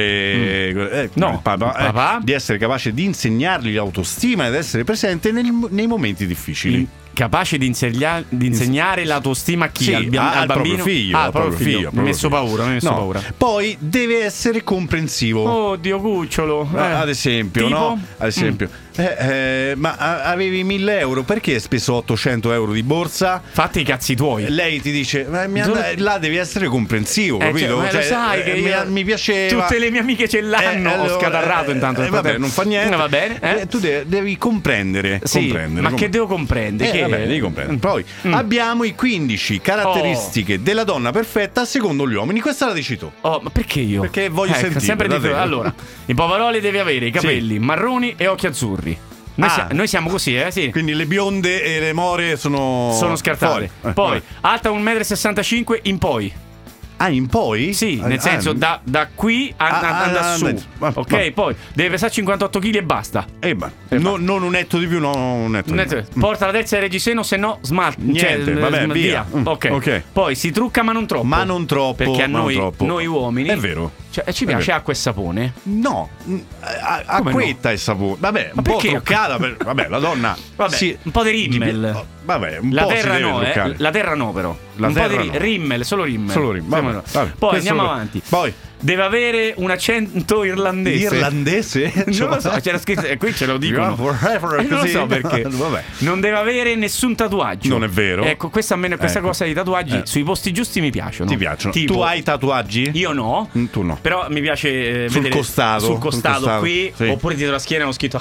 eh, No, il papà, il papà. eh, di essere capace di insegnargli l'autostima ed essere presente nel- nei momenti difficili. In- capace di, insegna- di insegnare l'autostima a chi? Sì, al, bi- a- al al bambino? proprio figlio, Ah, al al proprio proprio figlio. figlio, Mi ha messo proprio paura, mi ha messo No. paura. Poi deve essere comprensivo. Oddio, cucciolo. Eh. Ad esempio, Tipo? no? Ad esempio, eh, eh, ma a- avevi mille euro, perché hai speso ottocento euro di borsa? Fatti i cazzi tuoi. Lei ti dice, ma mi Dove- and- là devi essere comprensivo, Eh, capito? cioè, ma lo sai eh, che mi, io- mi piaceva. Tutte le mie amiche ce l'hanno. Eh, Ho allora, scatarrato eh, intanto. eh, vabbè, non fa niente. Eh, va bene. Eh? Eh, tu de- devi comprendere. Sì, comprendere ma com- che devo comprendere? Eh, Che- vabbè, devi comprendere. Poi Mm. abbiamo i quindici caratteristiche della donna perfetta secondo gli uomini. Questa la dici tu. Oh, ma perché io? Perché voglio Ecco, sentire, sempre di da più. te. Allora, in poche parole devi avere i capelli marroni e occhi azzurri. Noi, Ah. sia- noi siamo così, eh? Sì. Quindi le bionde e le more sono Sono scartate. fuori. Eh, Poi, vabbè. alta uno virgola sessantacinque in poi. Ah, in poi? Sì, Ah, nel senso ah, da, da qui a- Ah, a- ah, anda ah, su. ah, ah, Ok, ah. poi deve pesare cinquantotto chili e basta. Eh, ma Eh, no- non un netto di più, no, un netto di Niente, più. porta la terza reggiseno, se no smalt. Niente, cioè, vabbè, sm- via. Mm, Ok. ok. Poi si trucca, ma non troppo. Ma non troppo. Perché a ma non noi, troppo. noi uomini. È vero. Cioè, ci È piace vero. acqua e sapone. No, mm, a- Come acquetta e sapore. Vabbè, Ma un po' perché? truccata. Per... Vabbè, la donna. Vabbè, sì, un po' di rimmel. gli pi- Vabbè, un La po' si terra deve no, eh. truccare. La terra no, però. La un terra po' di no. rimmel, solo rimmel. Solo rimmel. Siamo- Vabbè, vabbè. Poi Questo andiamo lo- avanti. Poi. Deve avere un accento irlandese. Irlandese? Non lo so, c'era scritto, e qui ce lo dicono. Forever, Eh, non lo così. so perché. Vabbè. Non deve avere nessun tatuaggio. Non è vero. Ecco, questa, a me- questa Ecco. cosa di tatuaggi Eh. sui posti giusti mi piacciono. Ti piacciono? Tipo, Tu hai tatuaggi? Io no. Mm, tu no. Però mi piace eh, Sul vedere costato, sul sul costato, costato, qui, sì. oppure dietro la schiena ho scritto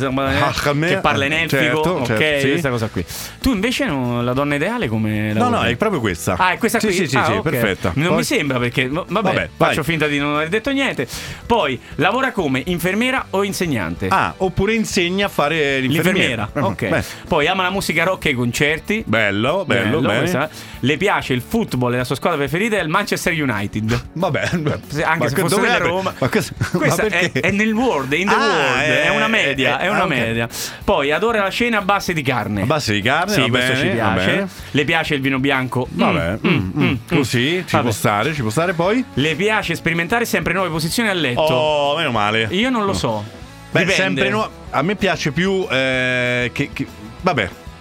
Ahmed, che parla in elfico, certo, ok, certo, sì. questa cosa qui. Tu invece no, la donna ideale come la No, vuoi? no, è proprio questa. Ah, è questa Sì, qui? sì, sì, Ah, sì, ok. perfetta. Non Poi- mi sembra perché vabbè, Vabbè, faccio vai. finta di non aver detto niente. Poi lavora come infermiera o insegnante? Ah, oppure insegna a fare l'infermiera. L'infermiera, ok. Beh, Poi ama la musica rock e i concerti. bello, bello, bene. questa. Le piace il football e la sua squadra preferita è il Manchester United. Vabbè, Se- anche ma se che- fosse dove della l'hai Roma. pre- Ma, cosa- Questa ma è, perché? è nel world, in the Ah, world, è, è- una media, è- è una ah, ok. media. Poi adora la cena a base di carne. A base di carne, Sì, va questo bene, ci va piace. bene. Le piace il vino bianco. Vabbè, Mm, mm, mm, mm. mm, così ci Vabbè. può stare, ci può stare poi. Le piace sperimentare sempre nuove posizioni a letto. Oh, meno male. Io non lo so. Beh, Dipende. sempre no. A me piace più eh, che, che- vabbè.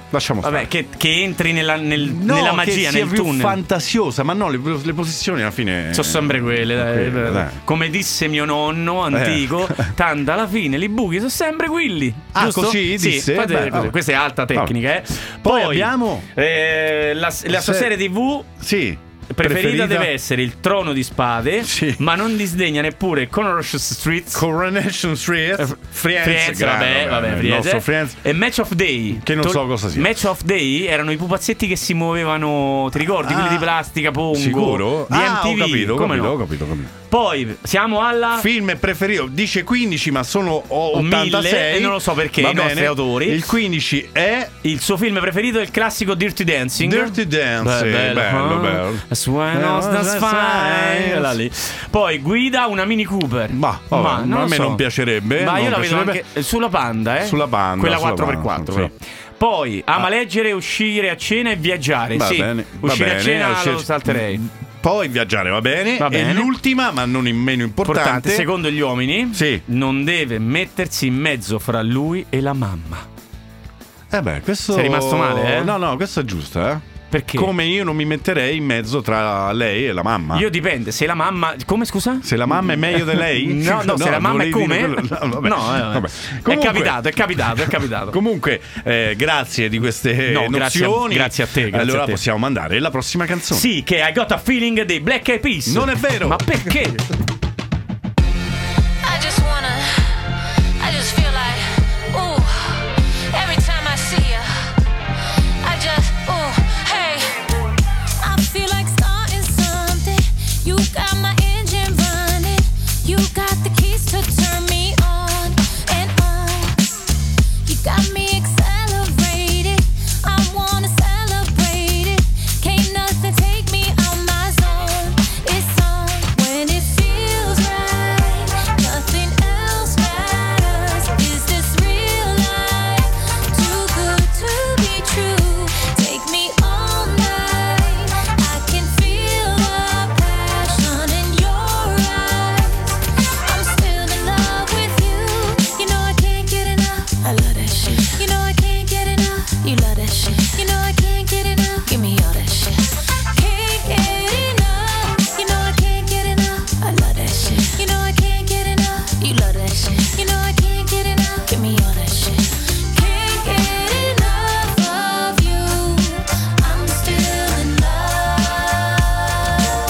lasciamo stare. Vabbè, che, che entri nella, nel, No, nella magia, che sia nel più tunnel. fantasiosa, ma no, le, le posizioni alla fine Sono sempre quelle, dai. quelle, dai. Come disse mio nonno antico, Eh. tanto alla fine i buchi sono sempre quelli. Ah, giusto? così Sì, disse? fate Beh, così. vabbè. Questa è alta tecnica, eh. Poi abbiamo- eh, la, la sua Se- serie tivù Sì. preferita, deve essere Il Trono di Spade, Sì. ma non disdegna neppure Coronation Street, Coronation Street, Eh, Friends, vabbè, vabbè, il Friends, nostro eh. Friends. E Match of Day, Che non Tol- so cosa sia. Match of Day erano i pupazzetti che si muovevano, ti ricordi? Quelli Ah, di plastica, pongo, Sicuro? di Ah, M T V, ho capito, ho come capito, no? ho capito, ho capito. Poi siamo alla Film preferito, dice quindici, ma sono o- mille, ottantasei e non lo so perché, Va i nostri bene. autori. Il quindici è il suo film preferito è il classico Dirty Dancing. Dirty Dancing, Beh, bello, huh? bello. That's when I was That's fine. fine. Quella lì. Poi guida una Mini Cooper. Ma, vabbè, non a lo me so. non piacerebbe. Ma non io la vedo piacerebbe. anche sulla Panda, eh? Sulla Panda, Quella sulla quattro per Panda, quattro, sì. però. Poi ama leggere, uscire a cena e viaggiare. Va sì, bene, va uscire bene, a cena uscire- lo salterei. Poi viaggiare va bene. Va bene. E l'ultima, ma non in meno importante, Importante, secondo gli uomini, Sì. non deve mettersi in mezzo fra lui e la mamma. Eh beh, questo Sei rimasto male, eh? No, no, questo è giusto, eh? Perché? Come io non mi metterei in mezzo tra lei e la mamma. Io dipende, se la mamma. Come scusa? Se la mamma è meglio di lei? No, no, se la mamma è volevi come? dire quello- No, vabbè. No, eh, vabbè. Vabbè. È Comunque- capitato, è capitato, è capitato. Comunque, eh, grazie di queste No, grazie a- nozioni. grazie a te, grazie allora a te. possiamo mandare la prossima canzone. Sì, che I Got a Feeling dei Black Eyed Peas. Non è vero. Ma perché? I just wanna, I just feel like, ooh, every time I see you, I just, ooh, hey, I feel like starting something. You got my engine running. You got the keys to turn me on and on. You got me accelerated. I wanna celebrate it. Can't nothing take me out my zone. It's on when it feels right. Nothing else matters. Is this real life? Too good to be true. Take me all night. I can feel the passion in your eyes. I'm still in love with you. You know I can't get enough. I love that shit. You know I can't get enough. You love that shit. You know I can't get enough. Give me all that shit. Can't get enough. You know I can't get enough. I love that shit. You know I can't get enough. You love that shit. You know I can't get enough. Give me all that shit. Can't get enough of you. I'm still in love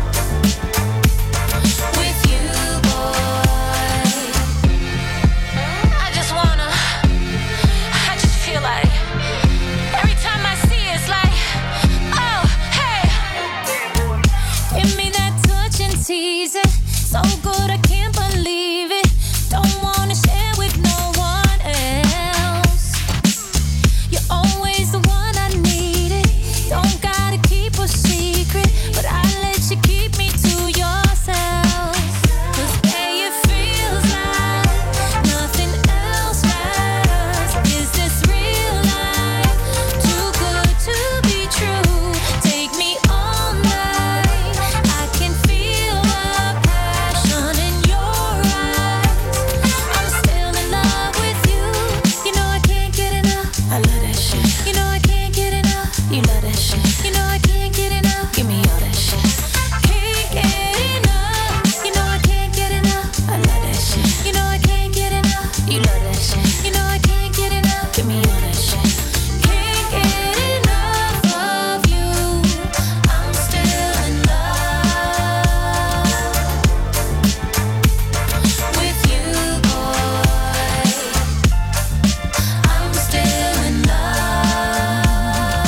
with you, boy. I just wanna, I just feel like every time I see it, it's like, oh, hey. Give me that touch and tease it. So good I can't believe it. Don't wanna share with no one else. You're always the one I needed. Don't gotta keep a secret, but I let you keep me to yourself. 'Cause hey, it feels like nothing else matters. Is this real life? Too good to be true. Take me all night. I can feel the passion in your eyes. I'm still in love with you. You know I can't get enough. I love that shit. You know I can't get enough. You love that shit. You know I can't get enough. Give me all that shit. Can't get enough. You know I can't get enough. I love that shit. You know I can't get enough. You love that shit. You know I can't get enough. Give me all that shit. Can't get enough of you. I'm still in love with you, boy. I'm still in love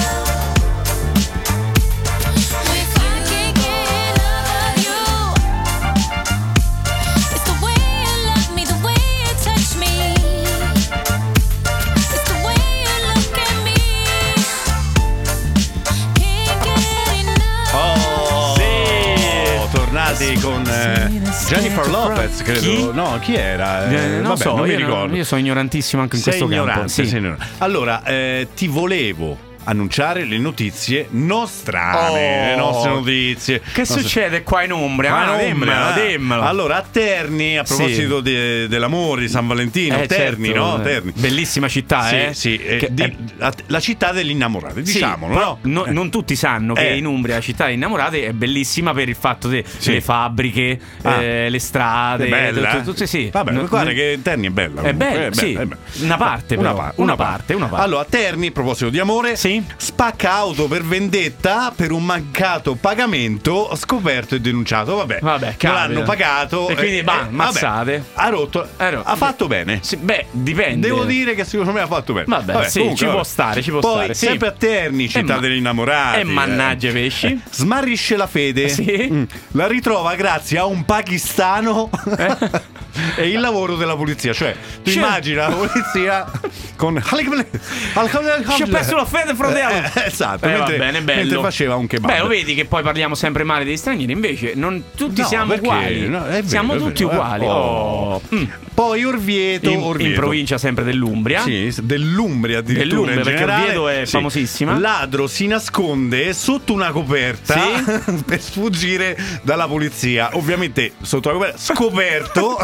with you. I can't get enough of you. It's the way you love me, the way you touch me. It's the way you look at me. Can't get enough. Oh, sì. Tornati con eh, Jennifer Lopez, credo. Chi? No, chi era? Eh, Eh, non vabbè, so, non mi io, ricordo. io sono ignorantissimo anche in Sei questo ignorante, campo. Sì. sei ignorante. Allora, eh, ti volevo annunciare le notizie nostrane, Oh. le nostre notizie. Che Nostre- succede qua in Umbria? Ma Ah, in dimmelo, Umbria. dimmelo. Allora, a Terni, a proposito de- dell'amore di San Valentino, Eh, Terni, certo. no? Terni. Bellissima città, Sì, eh? sì, eh, Che- di- eh, la, la città degli innamorati, sì, diciamolo, però no? no- non tutti sanno che Eh. in Umbria la città dei innamorati è bellissima per il fatto delle Sì. fabbriche, Ah. eh, le strade, È bella, tu- eh? tu- tu- sì. Vabbè, No- guarda no- che Terni è bella. È comunque, bella, sì. bella. Una parte, Una, però. pa- Una parte, una parte. Allora, a Terni, a proposito di amore, Sì. spacca auto per vendetta per un mancato pagamento scoperto e denunciato. Vabbè, Vabbè, non capita. l'hanno pagato. E quindi, bah, mazzate. ha rotto. Eh, no. Ha fatto bene. Sì, beh, dipende. Devo dire che secondo me ha fatto bene. Vabbè, sì, ci può stare, ci può Poi, stare, sì. sempre a Terni, città ma- degli innamorati. e mannaggia i pesci. eh, smarrisce la fede. Sì. Mm. La ritrova grazie a un pakistano e il lavoro della polizia. Cioè, tu Cioè- immagina la polizia con. Ci ho perso la fede, fratello. Eh, esatto, Eh, va mentre, bene, bello. mentre faceva un kebab. Beh, lo vedi che poi parliamo sempre male degli stranieri, invece non tutti No, siamo perché? uguali. No, è vero, siamo è tutti vero, eh. uguali. Oh. Oh. Mm. Poi Orvieto, In, Orvieto. in provincia sempre dell'Umbria. Sì, dell'Umbria addirittura. Dell'Umbria, in perché generale. Orvieto è Sì. famosissima. Ladro si nasconde sotto una coperta per sfuggire dalla polizia. Ovviamente sotto la coperta scoperto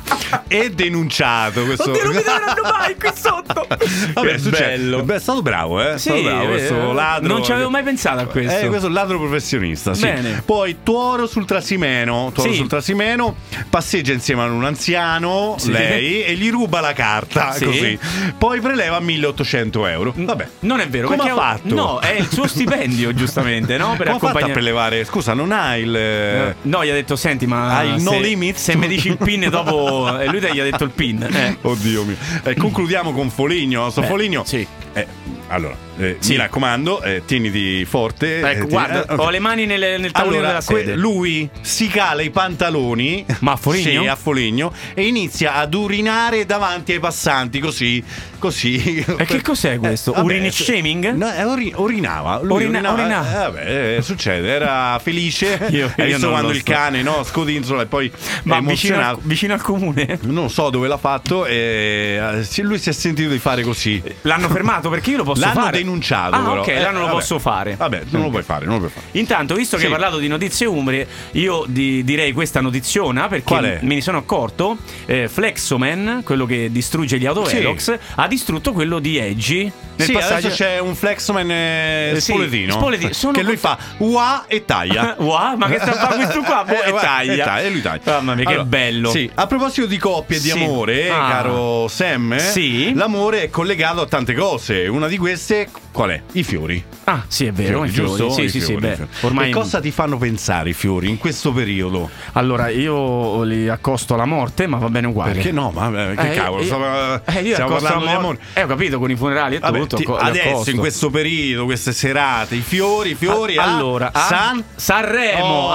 e denunciato. Questo... Oddio, non mi daranno mai qui sotto. Vabbè, Che succede. bello. Beh, è stato bravo, eh? È Sì, stato bravo eh, questo ladro. non ci avevo mai pensato a questo. Eh, questo è un ladro professionista, sì. Bene. Poi Tuoro sul Trasimeno. Tuoro Sì. sul Trasimeno passeggia insieme ad un anziano, Sì. lei, e gli ruba la carta. Sì. Così. Poi preleva milleottocento euro. Vabbè. Non è vero. Come perché ha fatto? No, è il suo stipendio, giustamente, no? Per Come ha fatto a accompagnare. prelevare? Scusa, non ha il. eh, No, gli ha detto: senti, ma Hai il no se, limit? se mi dici il pin dopo. E lui gli ha detto il pin. Eh. Oddio mio. Eh, concludiamo con Foligno. Sto Beh, Foligno. sì. Eh, allora, eh, Sì. mi raccomando, eh, tieniti forte. Ecco, eh, tieni- guarda, eh, ok. ho le mani nel, nel tavolino Allora, della sede. que- lui si cala i pantaloni. Ma a Foligno? Sì, a Foligno. E inizia ad urinare davanti ai passanti, così. Così. E che cos'è questo? Urine s- shaming? No, eh, ori- orinava. Lui Orina- urinava. orinava. Eh, vabbè, eh, succede. Era felice. Io- Hai io visto non quando lo il so. cane, no? Scodinzola e poi Ma è vicino al, emozionato. vicino al comune? Non so dove l'ha fatto. E eh, sì, lui si è sentito di fare così. L'hanno fermato perché io lo posso L'hanno fare. denunciato. Ah, però. ok, Eh, l'hanno lo vabbè. posso fare. Vabbè, non lo puoi fare, non lo puoi fare. Intanto, visto che Sì. hai parlato di notizie umbrie, io di- direi questa notiziona perché Qual è? me ne sono accorto. eh, Flexoman, quello che distrugge gli autovelox, Sì. ha distrutto quello di Edgy. Nel Sì, passaggio... adesso c'è un Flexman eh, Eh, sì, spoletino, Spoletino. Sono che lui con- fa ua e taglia. Wow, ma che sta a fare questo qua? Boh, e Eh, taglia. e taglia, e lui taglia. Mamma mia, che Allora, bello. Sì, a proposito di coppie e di Sì. amore, Ah. caro Sam, Sì. l'amore è collegato a tante cose. Una di queste qual è? I fiori. Ah, sì, è vero. Fiori, i fiori. giusto? Sì, I sì, sì, fiori, i beh, fiori. ormai E cosa ti fanno pensare i fiori in questo periodo? Allora, io li accosto alla morte, ma va bene uguale. Perché no? Ma eh, che Eh, cavolo, io- stavo- eh, io stiamo accosto parlando di alla amore. morte. Eh, ho capito, con i funerali e Vabbè, tutto. ti- acco- li adesso accosto. in questo periodo, queste serate, i fiori, i fiori A- a allora, a San Sanremo. Oh,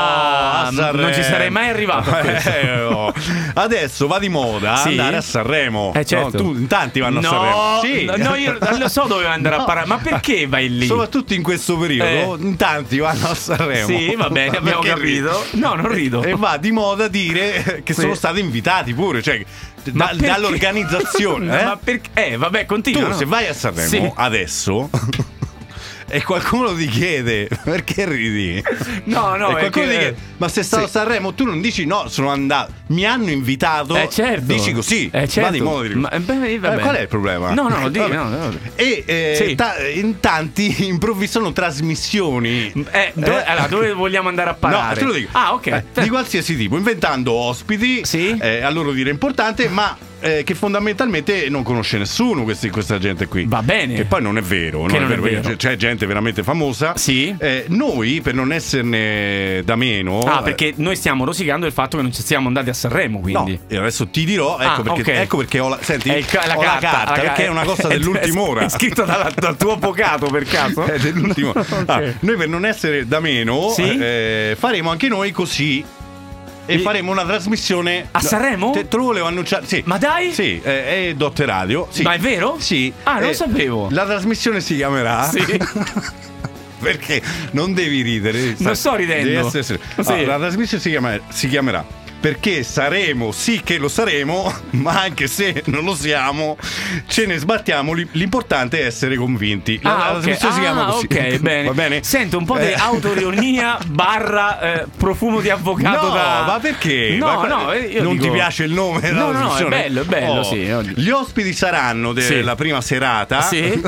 Ah, a Sanremo. non ci sarei mai arrivato a questo. Eh, oh. Adesso va di moda Sì? andare a Sanremo. Eh, certo. No, tu, in tanti vanno no, a Sanremo. Sì. no, no, io lo so dove andare a parare. Ma perché vai lì? Soprattutto in questo periodo, in tanti vanno a Sanremo. Sì, va bene, abbiamo Perché capito. ridi? No, non rido. E va di moda dire che Sì. sono stati invitati pure, cioè Ma da- perché? dall'organizzazione. eh? Ma perché? Eh, vabbè, continua. Tu no? se vai a Sanremo Sì. adesso e qualcuno ti chiede perché ridi? No, no, e è qualcuno che- ti chiede ma sei stato sì. a Sanremo? Tu non dici no, sono andato, mi hanno invitato. Eh, certo. Dici così, Eh, certo. va di moda di Ma, eh, beh, vabbè. Eh, qual è il problema? No, no, di, Vabbè. no, no. E eh, Sì. ta- in tanti improvvisano trasmissioni. Eh, dove, allora, dove vogliamo andare a No, parare? te lo dico. Ah, ok. Eh, di qualsiasi tipo, inventando ospiti, Sì. eh, a loro dire importante, ma eh, che fondamentalmente non conosce nessuno questi- questa gente qui. Va bene. Che poi non è vero, Che non non è è vero, perché vero. c'è, c'è gente veramente famosa. Sì. Eh, noi, per non esserne da meno. Ah, eh, perché noi stiamo rosicando il fatto che non ci siamo andati a Sanremo, No, quindi. e adesso ti dirò, ecco, Ah, perché, ok. ecco perché ho la, senti, È il ca- la ho carta, la carta, la ca- perché è una cosa è- dell'ultima è- ora. È scritto dal, dal tuo avvocato per caso? È dell'ultimo. Ok. Ah, noi per non essere da meno, Sì? eh, faremo anche noi così. E E- faremo una trasmissione A Sanremo? Te, te lo volevo annunciare. Sì. Ma dai? Sì, eh, è Dotte Radio. Sì. Ma è vero? Sì. Ah, non Eh, lo sapevo. La trasmissione si chiamerà. Sì. Perché non devi ridere. Non sto ridendo. Devi essere serio. Sì. Allora, la trasmissione si, chiama- si chiamerà perché saremo, sì che lo saremo, ma anche se non lo siamo, ce ne sbattiamo. L'importante è essere convinti. La, Ah, la ok, trasmissione si chiama ah, così. ok, bene. Va bene? Sento un po' di Eh. autoironia barra eh, profumo di avvocato No, da... ma perché? No, Ma- no, eh, io non dico- ti piace il nome della No, no, no, è trasmissione? bello, è bello, Oh. sì. Gli ospiti saranno della Sì. prima serata. Sì?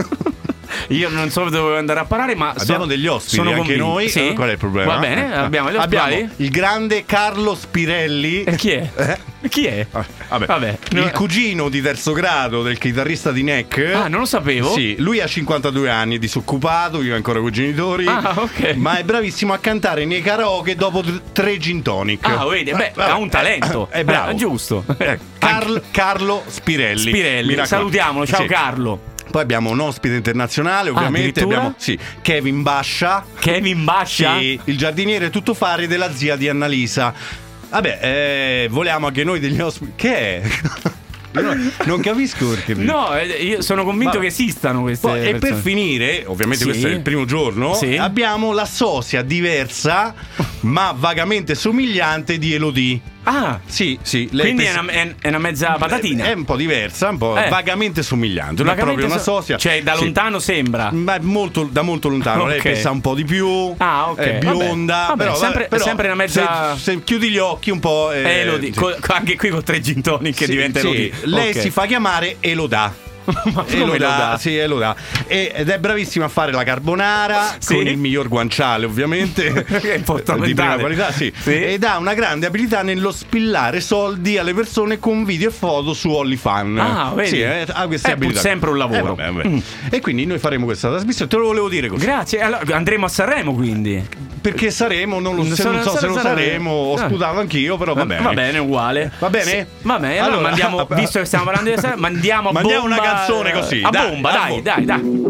Io non so dove devo andare a parare, ma Abbiamo so- degli ospiti sono anche convinto. noi. Sì? Qual è il problema? Va bene, abbiamo gli ospiti. Abbiamo il grande Carlo Spirelli. E chi è? Eh? Chi è? Ah, Vabbè. Vabbè. Il cugino di terzo grado del chitarrista di Neck. Ah, non lo sapevo. Sì, lui ha cinquantadue anni, è disoccupato, vive ancora con i genitori. Ah, ok. Ma è bravissimo a cantare nei karaoke dopo t- tre gin tonic. Ah, vedi, beh, vabbè, ha un talento. È bravo. Eh, giusto. Eh, Carl- Carlo Spirelli. Mi Spirelli, raccomando. salutiamolo. Ciao Sì. Carlo. Poi abbiamo un ospite internazionale, ovviamente. addirittura? Abbiamo sì, Kevin Bascia. Kevin Bascia? Sì, il giardiniere tuttofare della zia di Annalisa. Vabbè, eh, vogliamo anche noi degli ospiti. Che è? Io non, non capisco perché. No, eh, io sono convinto Ma- che esistano queste Poi, e per persone. finire, ovviamente Sì. questo è il primo giorno, Sì. abbiamo la sosia diversa ma vagamente somigliante di Elodie. Ah, Sì, sì, lei quindi pensa- è una, è- è una mezza patatina. È un po' diversa, un po' Eh. vagamente somigliante, non è Vagamente proprio una so- sosia. Cioè, da Sì. lontano sembra. Ma è molto, da molto lontano. Lei Ok. pesa un po' di più. Ah, ok. È bionda. Vabbè. Vabbè, però, sempre- però sempre una mezza- Se, se chiudi gli occhi un po'. eh, Eh, lo dico, sì. co- anche qui con tre gin tonic che Sì, diventa sì. Elodie. Lei Ok. si fa chiamare Elodà. Ma E come lo dà, Elodà? sì, e lo dà. E- ed è bravissima a fare la carbonara Sì? con il miglior guanciale, ovviamente. Che è fondamentale. Di prima qualità, sì. Sì. Ed ha una grande abilità nello spillare soldi alle persone con video e foto su OnlyFans. Ah, vedi? Sì, eh, ha queste È pur abilità. sempre un lavoro. Eh, vabbè, vabbè. Mm. E quindi noi faremo questa trasmissione. Te lo volevo dire così. Grazie. Allora, andremo a Sanremo quindi. Perché saremo, non, lo, Non se, so- non so se lo saremo. saremo, ho Ah. sputato anch'io, però va bene. Va bene, uguale. Va bene? Sì. Va bene, allora, Allora, mandiamo, visto che stiamo parlando di Sanremo, mandiamo a Mandiamo bomba. una canzone così, A dai, bomba, a dai, bomba. dai, dai.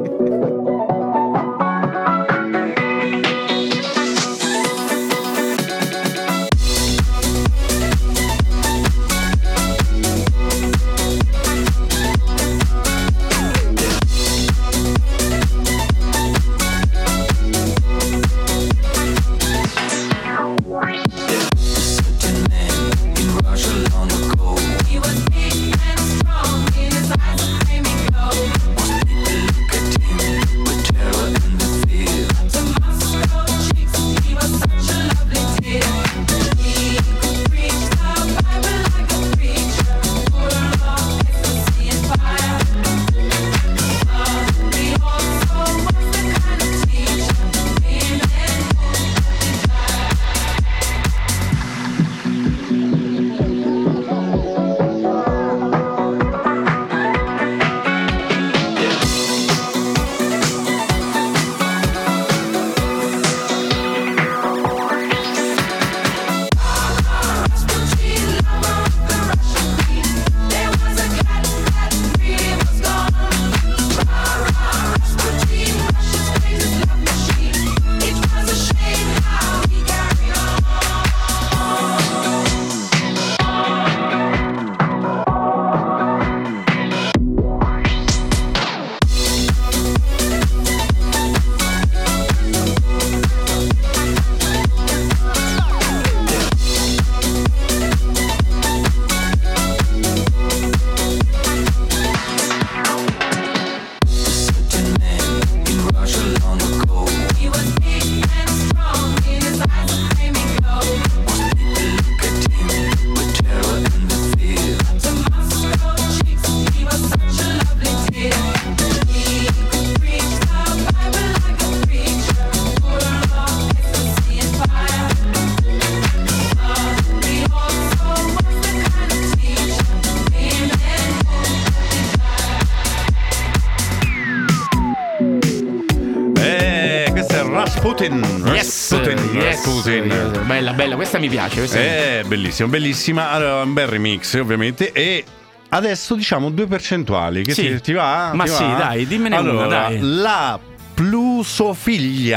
Rasputin. Yes, Rasputin. yes. Rasputin. Bella, bella, questa mi piace. Questa È bellissima, bellissima. Allora, un bel remix, ovviamente. E adesso diciamo due percentuali. Che Sì. ti, ti va? Ma Ti sì, va? dai, dimmene allora, una, dai. La plusofilia.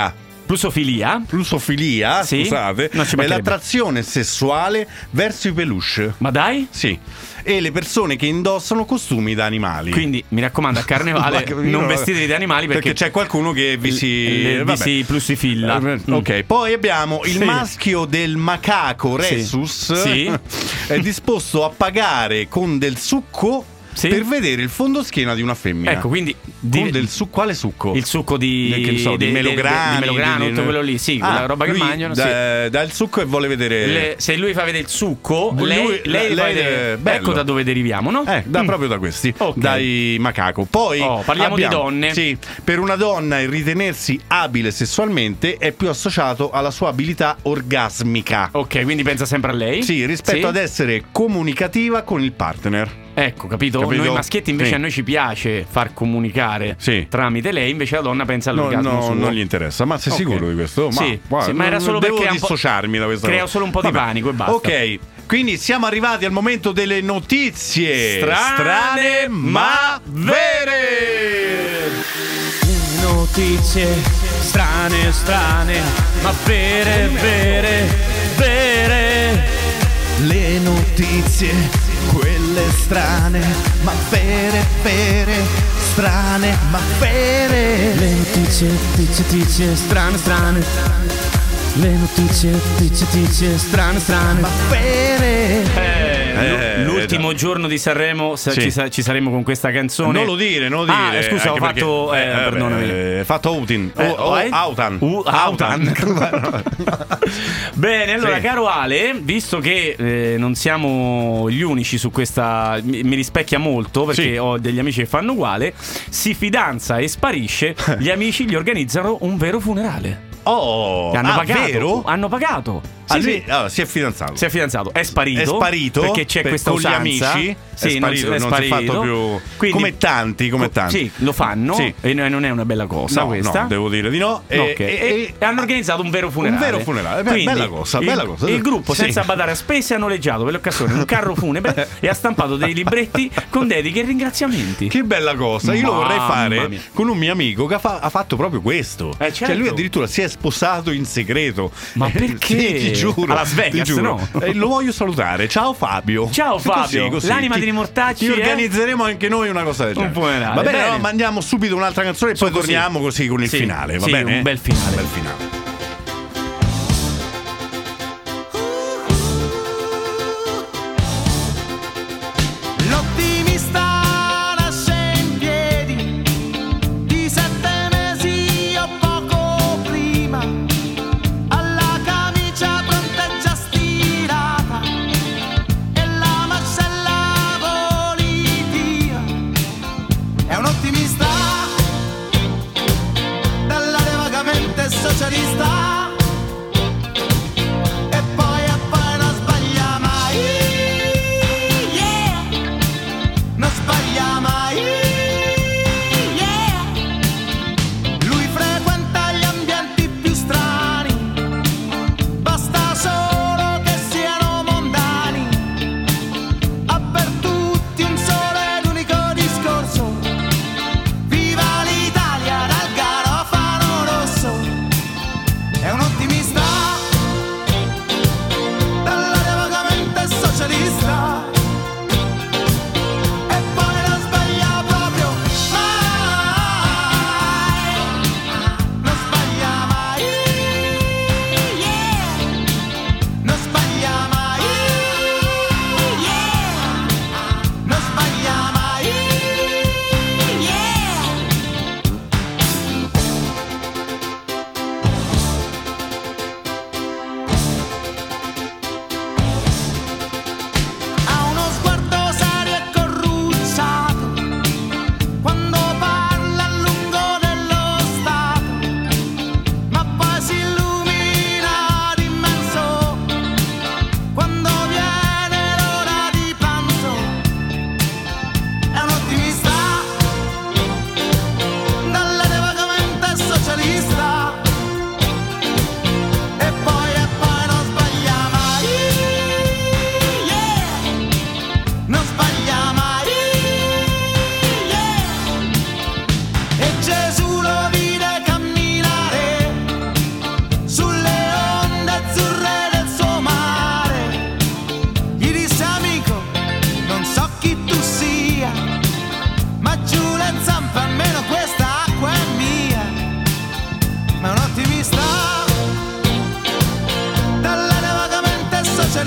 Plusofilia. Plusofilia, Sì. scusate, Non ci è mancherebbe. l'attrazione sessuale verso i peluche. Ma dai? Sì. E le persone che indossano costumi da animali. Quindi mi raccomando, a carnevale Ma- non no, vestitevi da animali perché, perché c'è qualcuno che vi si le- vi vabbè. si plusifilla. Eh, Mm. Ok, poi abbiamo il Sì. maschio del macaco Sì. Rhesus. Sì. È disposto a pagare con del succo Sì. per vedere il fondoschiena di una femmina. Ecco, quindi di- con del su- quale succo? il succo di, Che ne so, di de- de- melograni, di melograno, di- tutto quello lì, sì, Ah, la roba che lui mangiano, sì. dà, dà il succo e vuole vedere. Le- se lui fa vedere il succo, Lui- lei, lei- lei fa lei- vedere- bello. ecco da dove deriviamo, no? Eh, da Mm. proprio da questi, Ok. dai macaco. Poi Oh, parliamo di abbiamo- donne. Sì, per una donna il ritenersi abile sessualmente è più associato alla sua abilità orgasmica. Ok, quindi pensa sempre a lei. Sì, rispetto Sì? ad essere comunicativa con il partner. Ecco, capito? Capito? Noi maschietti invece Sì. a noi ci piace far comunicare Sì. tramite lei, invece la donna pensa No, all'orgasmo no, suo. non gli interessa, ma sei Ok. sicuro di questo? Ma, Sì, guarda, sì, ma era non- solo devo perché un po'- dissociarmi da questa creo cosa. solo un po' di Vabbè. panico e basta. Ok, quindi siamo arrivati al momento delle notizie Strane, ma vere. Notizie strane, strane, ma vere, vere, vere. Le notizie, quelle strane, ma vere, vere, strane, ma vere. Le notizie, notizie, notizie, strane, strane. Le notizie, notizie, notizie, strane, strane. Ma vere. Eh, L'ultimo giorno di Sanremo sa- Sì. ci, sa- ci saremo con questa canzone. Non lo dire, non lo Ah, dire. scusa, ho anche perché- fatto. Eh, vabbè, perdonami. eh, fatto Autin. Eh, Oh, oh, eh? Autan. Uh, Autan. Bene, allora, Sì. caro Ale, visto che eh, non siamo gli unici su questa, mi, mi rispecchia molto perché Sì. ho degli amici che fanno uguale. Si fidanza e sparisce. Gli amici gli organizzano un vero funerale. Oh, E hanno ah, pagato. vero? Hanno pagato. Ah, Sì, lui- sì. allora, si è fidanzato. Si è fidanzato, è sparito. È sparito perché c'è per- questa con gli usanza. amici. Sì, è sparito, non, è si è sparito. fatto più. Quindi- come tanti, come Co- tanti. Sì, lo fanno. Sì. E no- non è una bella cosa No, questa. no, devo dire di no. E, Ok. e- E, e hanno organizzato un vero funerale. Un vero funerale. Beh, Quindi, bella cosa, il, bella cosa. Il gruppo, Sì. senza badare a spese, ha noleggiato per l'occasione un carro funebre e ha stampato dei libretti con dediche e ringraziamenti. Che bella cosa, io lo vorrei Mamma fare mia. con un mio amico che ha, fa- ha fatto proprio questo. Eh, certo. Cioè, lui addirittura si è sposato in segreto. Ma Eh, perché? sì, ti giuro. A Las Vegas, ti giuro. no? Eh, lo voglio salutare. Ciao Fabio. Ciao, Così, Fabio. così. L'anima Ti- dei mortacci, Ti eh? organizzeremo anche noi una cosa del Un genere. funerale, Va bene, bene. allora mandiamo subito un'altra canzone e poi Su così. torniamo così con il Sì, finale. Va sì, bene? un bel finale. Un bel finale. L'ottimista nasce in piedi di sette mesi o poco prima, alla camicia pronta e già stirata e la mascella voli via. È un ottimista dalla leva vagamente socialista.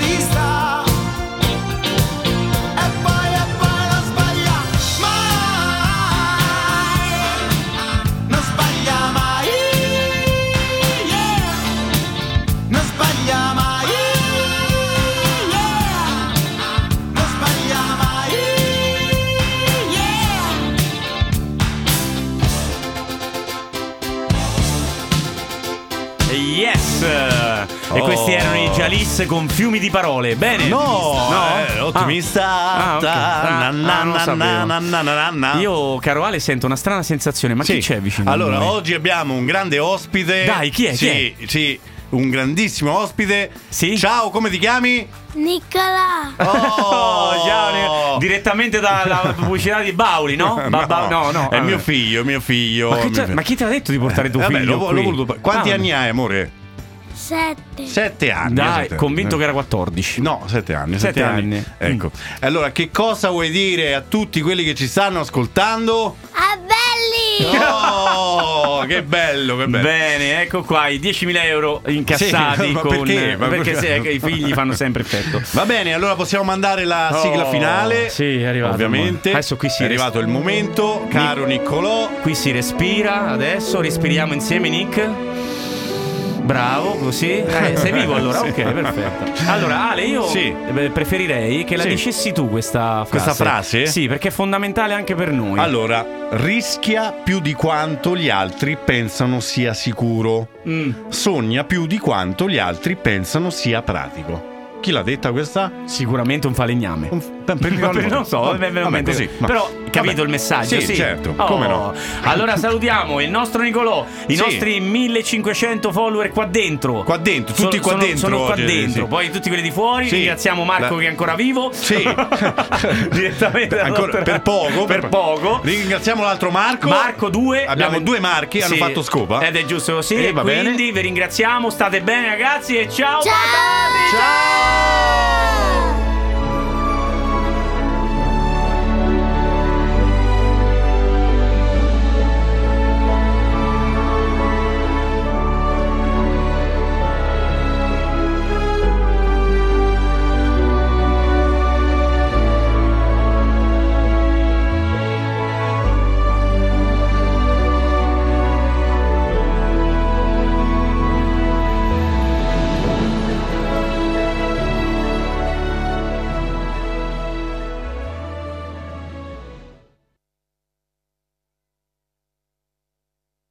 vista. E poi, e poi non sbaglia mai, non sbaglia mai, yeah. Non sbaglia mai, yeah. Non sbaglia mai, yeah. Yes! E Oh. questi erano i Jalis con Fiumi di parole. Bene. No, No? eh, ottimista. Ah, ok. Na, Ah, na, ah, non na, sapevo. na, na, na, na, na. Io, caro Ale, sento una strana sensazione. Ma Sì. chi c'è vicino? a Allora, noi? oggi abbiamo un grande ospite. Dai, chi è? Chi Sì, sì, un grandissimo ospite. Sì? Ciao, come ti chiami? Nicola. Oh, ciao, ne- direttamente dalla pubblicità di Bauli, no? Ba- ba- no, no. È ah. mio figlio, mio figlio. Ma, chi mio te- figlio. ma chi ti ha detto di portare tuo Eh, vabbè, figlio l'ho, qui? l'ho voluto. Quanti Ah, anni hai, amore? Sette. Sette anni. Dai, sette convinto anni. che era quattordici. No, sette anni. Sette Sette, anni. Ecco. Allora, che cosa vuoi dire a tutti quelli che ci stanno ascoltando? Ah, belli! Oh, che bello, che bello. Bene, ecco qua i diecimila euro incassati Sì, ma con perché? Ma perché perché? se- che i figli fanno sempre effetto. Va bene, allora possiamo mandare la sigla Oh, finale. sì, è arrivato. Ovviamente. Adesso qui si è arrivato il momento, caro Niccolò. Qui si respira, adesso respiriamo insieme, Nick. Bravo, così. Eh, sei vivo allora? Sì. Ok, perfetto. Allora, Ale, io Sì. eh, preferirei che la Sì. dicessi tu questa frase. Questa frase? Sì, perché è fondamentale anche per noi. Allora, rischia più di quanto gli altri pensano sia sicuro. Mm. Sogna più di quanto gli altri pensano sia pratico. Chi l'ha detta questa? Sicuramente un falegname. Un- per- per- Ma per- non so, vabbè, vabbè, veramente vabbè, così. ma- Però capito vabbè. il messaggio? Sì, Sì, certo, Oh. come no. Allora salutiamo il nostro Nicolò, i Sì. nostri millecinquecento follower qua dentro. Qua dentro, tutti Sono- qua sono- dentro Sono qua oggi, dentro. sì. Poi tutti quelli di fuori. Sì. Ringraziamo Marco La- che è ancora vivo. Sì. Direttamente da Ancora, Rotterdam. per poco. Per poco. Ringraziamo l'altro Marco. Marco due. Abbiamo La- due Marchi, hanno Sì. fatto scopa. Ed è giusto così. Eh, E va quindi bene. vi ringraziamo. State bene, ragazzi. E ciao. Ciao. patate. Ciao!